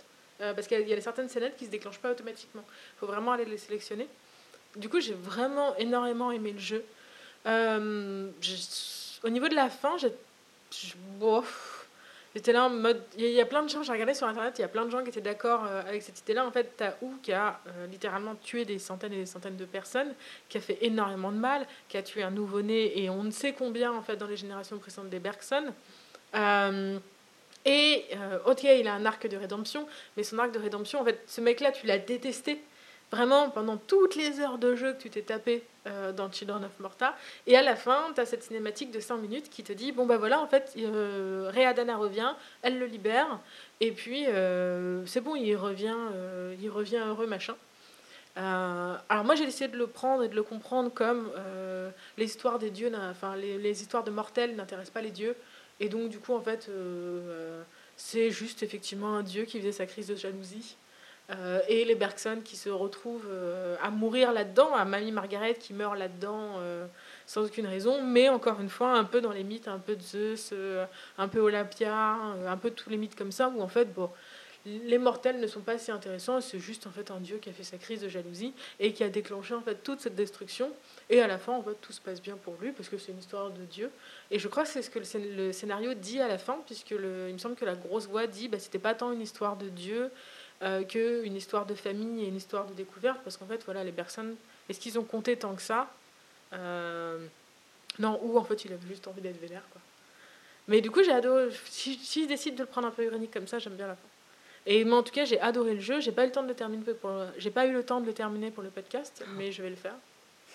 euh, parce qu'il y a certaines scénettes qui se déclenchent pas automatiquement. Il faut vraiment aller les sélectionner. Du coup, j'ai vraiment énormément aimé le jeu. Euh, au niveau de la fin, j'ai, je, bon, j'étais là en mode... Il y, y a plein de gens, j'ai regardé sur Internet, il y a plein de gens qui étaient d'accord euh, avec cette idée-là. En fait, t'as Wu qui a euh, littéralement tué des centaines et des centaines de personnes, qui a fait énormément de mal, qui a tué un nouveau-né, et on ne sait combien, en fait, dans les générations précédentes des Bergson. Euh, et, euh, ok, il a un arc de rédemption, mais son arc de rédemption, en fait, ce mec-là, tu l'as détesté. Vraiment, pendant toutes les heures de jeu que tu t'es tapé euh, dans Children of Morta. Et à la fin, tu as cette cinématique de cinq minutes qui te dit, bon ben voilà, en fait, euh, Readana revient, elle le libère, et puis euh, c'est bon, il revient, euh, il revient heureux, machin. Euh, alors moi, j'ai essayé de le prendre et de le comprendre comme euh, les histoires des dieux, enfin, les, les histoires de mortels n'intéressent pas les dieux. Et donc, du coup, en fait, euh, c'est juste effectivement un dieu qui faisait sa crise de jalousie. Euh, et les Bergson qui se retrouvent euh, à mourir là-dedans, à Mamie Margaret qui meurt là-dedans euh, sans aucune raison, mais encore une fois un peu dans les mythes, un peu de Zeus, euh, un peu Olympia, euh, un peu tous les mythes comme ça, où en fait bon, les mortels ne sont pas si intéressants, c'est juste en fait un dieu qui a fait sa crise de jalousie et qui a déclenché en fait toute cette destruction, et à la fin en fait tout se passe bien pour lui parce que c'est une histoire de dieu, et je crois que c'est ce que le scénario dit à la fin, puisque le, il me semble que la grosse voix dit bah, c'était pas tant une histoire de dieu Euh, qu'une histoire de famille et une histoire de découverte, parce qu'en fait, voilà, les personnes, est-ce qu'ils ont compté tant que ça euh, Non, ou en fait, il avait juste envie d'être vénère, quoi. Mais du coup, j'ai adoré. Si, si je décide de le prendre un peu ironique comme ça, j'aime bien la fin. Et moi, en tout cas, j'ai adoré le jeu. J'ai pas eu le temps de le terminer pour. Le, j'ai pas eu le temps de le terminer pour le podcast, mais je vais le faire.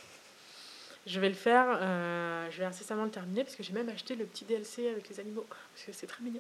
Je vais le faire. Euh, je vais incessamment le terminer parce que j'ai même acheté le petit D L C avec les animaux parce que c'est très mignon.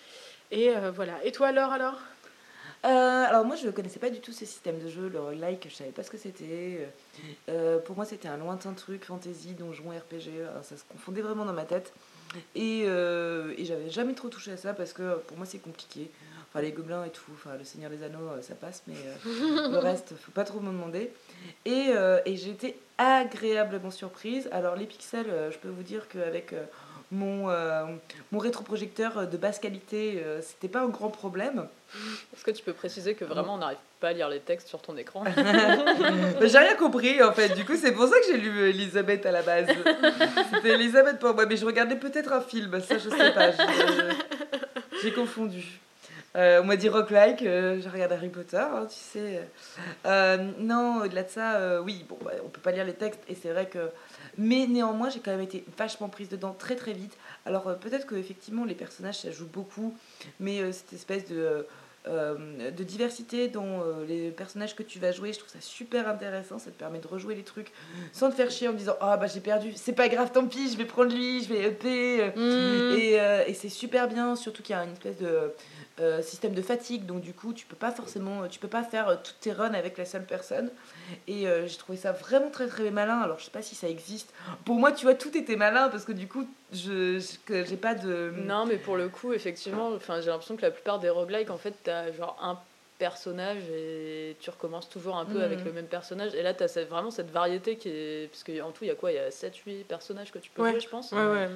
Et euh, voilà. Et toi, Laure, alors? Euh, alors moi je ne connaissais pas du tout ce système de jeu, le roguelike, je savais pas ce que c'était. Euh, pour moi c'était un lointain truc, fantasy, donjon, R P G, alors ça se confondait vraiment dans ma tête. Et, euh, et j'avais jamais trop touché à ça parce que pour moi c'est compliqué. Enfin les gobelins et tout, enfin le Seigneur des Anneaux ça passe, mais euh, le reste faut pas trop me demander. Et, euh, et j'ai été agréablement surprise. Alors les pixels, euh, je peux vous dire qu'avec... Euh, Mon, euh, mon rétroprojecteur de basse qualité, euh, c'était pas un grand problème. Est-ce que tu peux préciser que vraiment on n'arrive pas à lire les textes sur ton écran? J'ai rien compris en fait, du coup c'est pour ça que j'ai lu Elisabeth à la base. C'était Elisabeth pour moi, mais je regardais peut-être un film, ça je sais pas, j'ai, j'ai confondu. Euh, on m'a dit roguelike, euh, j'ai regardé Harry Potter, hein, tu sais. Euh, non, au-delà de ça, euh, oui, bon, bah, on peut pas lire les textes, et c'est vrai que... Mais néanmoins, j'ai quand même été vachement prise dedans très très vite. Alors euh, peut-être qu'effectivement, les personnages, ça joue beaucoup, mais euh, cette espèce de, euh, de diversité dans euh, les personnages que tu vas jouer, je trouve ça super intéressant, ça te permet de rejouer les trucs sans te faire chier en me disant « Ah bah j'ai perdu, c'est pas grave, tant pis, je vais prendre lui, je vais E P. Mmh. » Et, euh, et c'est super bien, surtout qu'il y a une espèce de... Euh, système de fatigue, donc du coup tu peux pas forcément tu peux pas faire euh, toutes tes runs avec la seule personne, et euh, j'ai trouvé ça vraiment très très malin. Alors je sais pas si ça existe, pour moi tu vois tout était malin parce que du coup je, je j'ai pas de... Non mais pour le coup effectivement, enfin j'ai l'impression que la plupart des roguelikes en fait t'as genre un personnage et tu recommences toujours un peu mmh. avec le même personnage, et là t'as cette, vraiment cette variété qui est, parce qu'en tout il y a quoi, il y a sept huit personnages que tu peux ouais. jouer je pense. Ouais, ouais, ouais.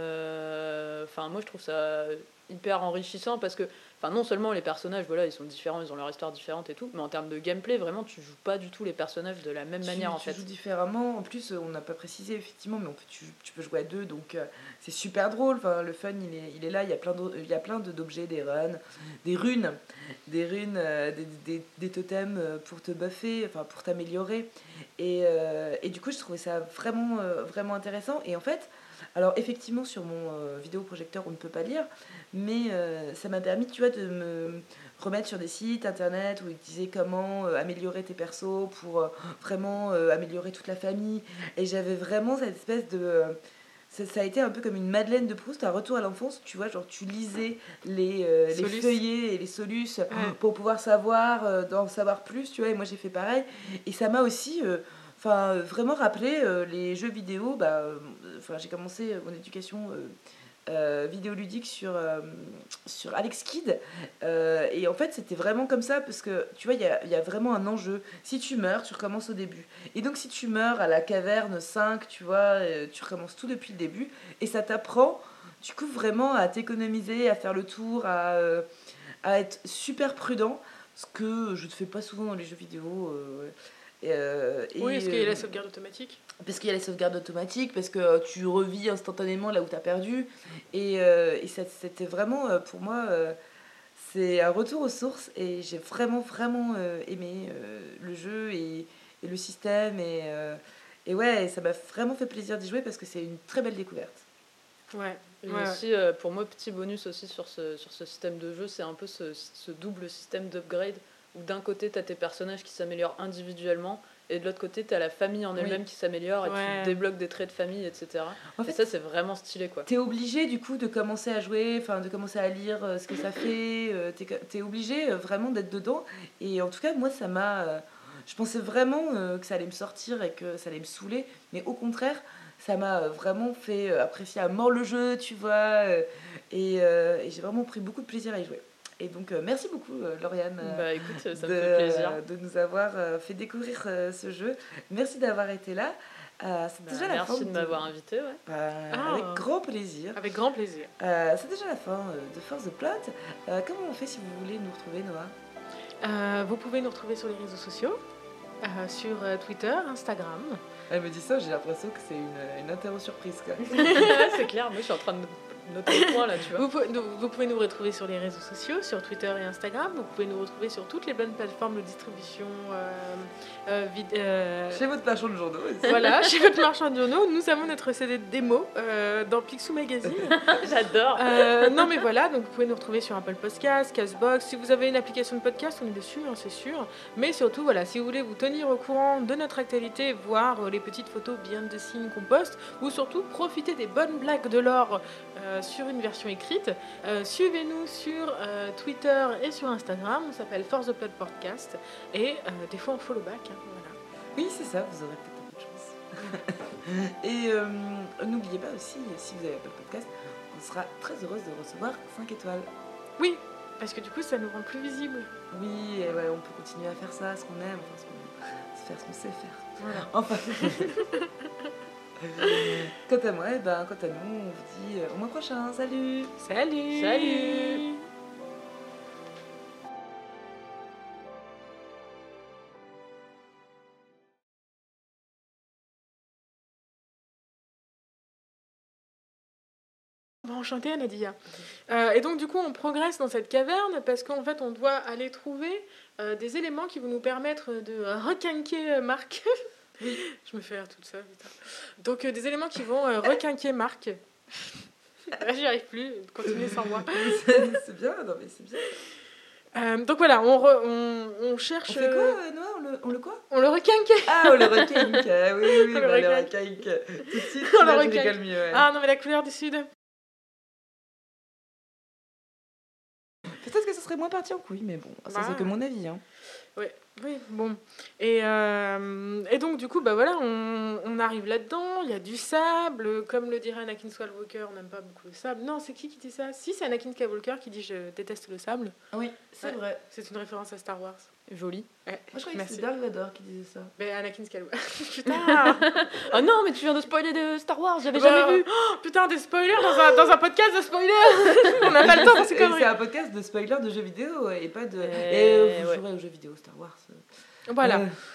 Euh, enfin moi je trouve ça hyper enrichissant parce que enfin non seulement les personnages voilà ils sont différents, ils ont leur histoire différente et tout, mais en termes de gameplay vraiment tu joues pas du tout les personnages de la même tu, manière en tu fait. Tu joues différemment, en plus on n'a pas précisé effectivement, mais en fait tu, tu peux jouer à deux, donc euh, c'est super drôle. Enfin le fun il est, il est là, il y a plein de, il y a plein de, d'objets, des runs, des runes, des runes, euh, des, des, des totems pour te buffer, enfin pour t'améliorer, et, euh, et du coup je trouvais ça vraiment euh, vraiment intéressant. Et en fait alors effectivement sur mon euh, vidéoprojecteur on ne peut pas lire, mais euh, ça m'a permis tu vois de me remettre sur des sites internet où ils disaient comment euh, améliorer tes persos pour euh, vraiment euh, améliorer toute la famille, et j'avais vraiment cette espèce de euh, ça, ça a été un peu comme une Madeleine de Proust, un retour à l'enfance, tu vois, genre tu lisais les, euh, les feuillets et les solus ouais. pour pouvoir savoir, euh, d'en savoir plus, tu vois, et moi j'ai fait pareil, et ça m'a aussi euh, Enfin, vraiment rappeler euh, les jeux vidéo. Bah, euh, j'ai commencé mon éducation euh, euh, vidéoludique sur, euh, sur Alex Kidd. Euh, et en fait, c'était vraiment comme ça parce que, tu vois, il y a, y a vraiment un enjeu. Si tu meurs, tu recommences au début. Et donc, si tu meurs à la caverne cinq, tu vois, euh, tu recommences tout depuis le début. Et ça t'apprend, du coup, vraiment à t'économiser, à faire le tour, à, euh, à être super prudent. ce que je ne fais pas souvent dans les jeux vidéo. Euh, et, euh, oui, et, parce qu'il y a la sauvegarde automatique. Parce qu'il y a la sauvegarde automatique, parce que tu revis instantanément là où tu as perdu. Et, euh, et ça, c'était vraiment, pour moi, euh, c'est un retour aux sources. Et j'ai vraiment, vraiment euh, aimé euh, le jeu et, et le système. Et, euh, et ouais, ça m'a vraiment fait plaisir d'y jouer parce que c'est une très belle découverte. Ouais. Et ouais. aussi, euh, pour moi, petit bonus aussi sur ce, sur ce système de jeu, c'est un peu ce, ce double système d'upgrade où d'un côté, tu as tes personnages qui s'améliorent individuellement et de l'autre côté, tu as la famille en elle-même oui. qui s'améliore et ouais. tu débloques des traits de famille, et cetera. En fait, et ça, c'est vraiment stylé, quoi. T'es obligé, du coup, de commencer à jouer, enfin, de commencer à lire euh, ce que ça fait. Euh, t'es, t'es obligé euh, vraiment d'être dedans. Et en tout cas, moi, ça m'a... Euh, je pensais vraiment euh, que ça allait me sortir et que ça allait me saouler. Mais au contraire, ça m'a vraiment fait euh, apprécier à mort le jeu, tu vois. Euh, et, euh, et j'ai vraiment pris beaucoup de plaisir à y jouer. Et donc, euh, merci beaucoup, euh, Lauriane, euh, bah, écoute, ça de, me fait plaisir. Euh, de nous avoir euh, fait découvrir euh, ce jeu. Merci d'avoir été là. Euh, c'est bah, déjà merci la fin de, de m'avoir invité. Ouais. Bah, ah, avec grand plaisir. Avec grand plaisir. Euh, c'est déjà la fin euh, de Force the Plot. Euh, comment on fait si vous voulez nous retrouver, Noah ? euh, Vous pouvez nous retrouver sur les réseaux sociaux, euh, sur euh, Twitter, Instagram. Elle me dit ça, j'ai l'impression que c'est une, une interro surprise. Quoi. C'est clair, moi je suis en train de noter le point là, tu vois. Vous pouvez, nous, vous pouvez nous retrouver sur les réseaux sociaux, sur Twitter et Instagram. Vous pouvez nous retrouver sur toutes les bonnes plateformes de distribution. Euh, euh, vid- euh, chez votre marchand de journaux. Aussi. Voilà, chez votre marchand de journaux. Nous avons notre C D de démo euh, dans Picsou Magazine. J'adore. Euh, non mais voilà, donc vous pouvez nous retrouver sur Apple Podcasts, Castbox. Si vous avez une application de podcast, on est dessus, hein, c'est sûr. Mais surtout, voilà, si vous voulez vous tenir au courant de notre actualité, voir euh, les petites photos behind the scenes qu'on poste, ou surtout profiter des bonnes blagues de l'or euh, sur une version écrite, euh, suivez-nous sur euh, Twitter et sur Instagram. On s'appelle Force the Plot Podcast et euh, des fois on follow back. Hein, voilà. Oui, c'est ça, vous aurez peut-être un peu de chance. Et euh, n'oubliez pas aussi, si vous avez Apple Podcast, on sera très heureuse de recevoir cinq étoiles. Oui, parce que du coup ça nous rend plus visibles. Oui, et ouais, on peut continuer à faire ça, ce qu'on aime, enfin, ce qu'on aime, faire ce qu'on sait faire. Voilà. Enfin. Quant à moi, et ben, quant à nous, on vous dit au mois prochain. Salut. Salut. Salut. Enchantée, Nadia. Euh, et donc, du coup, on progresse dans cette caverne parce qu'en fait, on doit aller trouver euh, des éléments qui vont nous permettre de requinquer Marc. Oui, je me fais rire toute seule. Putain. Donc, euh, des éléments qui vont euh, requinquer Marc. Là, j'y arrive plus. Continuez sans moi. c'est, c'est bien, non mais c'est bien. Euh, donc voilà, on, re, on, on cherche. On fait quoi, euh, Noah on le, on le quoi On le requinque. Ah, on le requinque. Ah, oui, oui, on bah, le requinque. Tout de suite, on là, le je rigole mieux. Ouais. Ah non, mais la couleur du Sud. Peut-être que ça serait moins parti en couille, mais bon, ça bah, c'est que mon avis. Hein. Ouais, oui, bon. Et, euh, et donc, du coup, bah voilà, on, on arrive là-dedans, il y a du sable, comme le dirait Anakin Skywalker, on n'aime pas beaucoup le sable. Non, c'est qui qui dit ça ? Si, c'est Anakin Skywalker qui dit « je déteste le sable ». Oui, c'est ouais. vrai. C'est une référence à Star Wars. Joli. Ouais. Moi, je croyais Merci. que c'était Dark Vador qui disait ça. Mais Anakin Skywalker. Putain. Oh non, mais tu viens de spoiler de Star Wars, j'avais bah, jamais vu. Oh, putain, des spoilers dans un, dans un podcast de spoilers. On n'a pas le temps, c'est comme c'est un podcast de spoilers de jeux vidéo et pas de... Et, et vous ouais. jouerez aux jeux vidéo Star Wars. Voilà. Euh...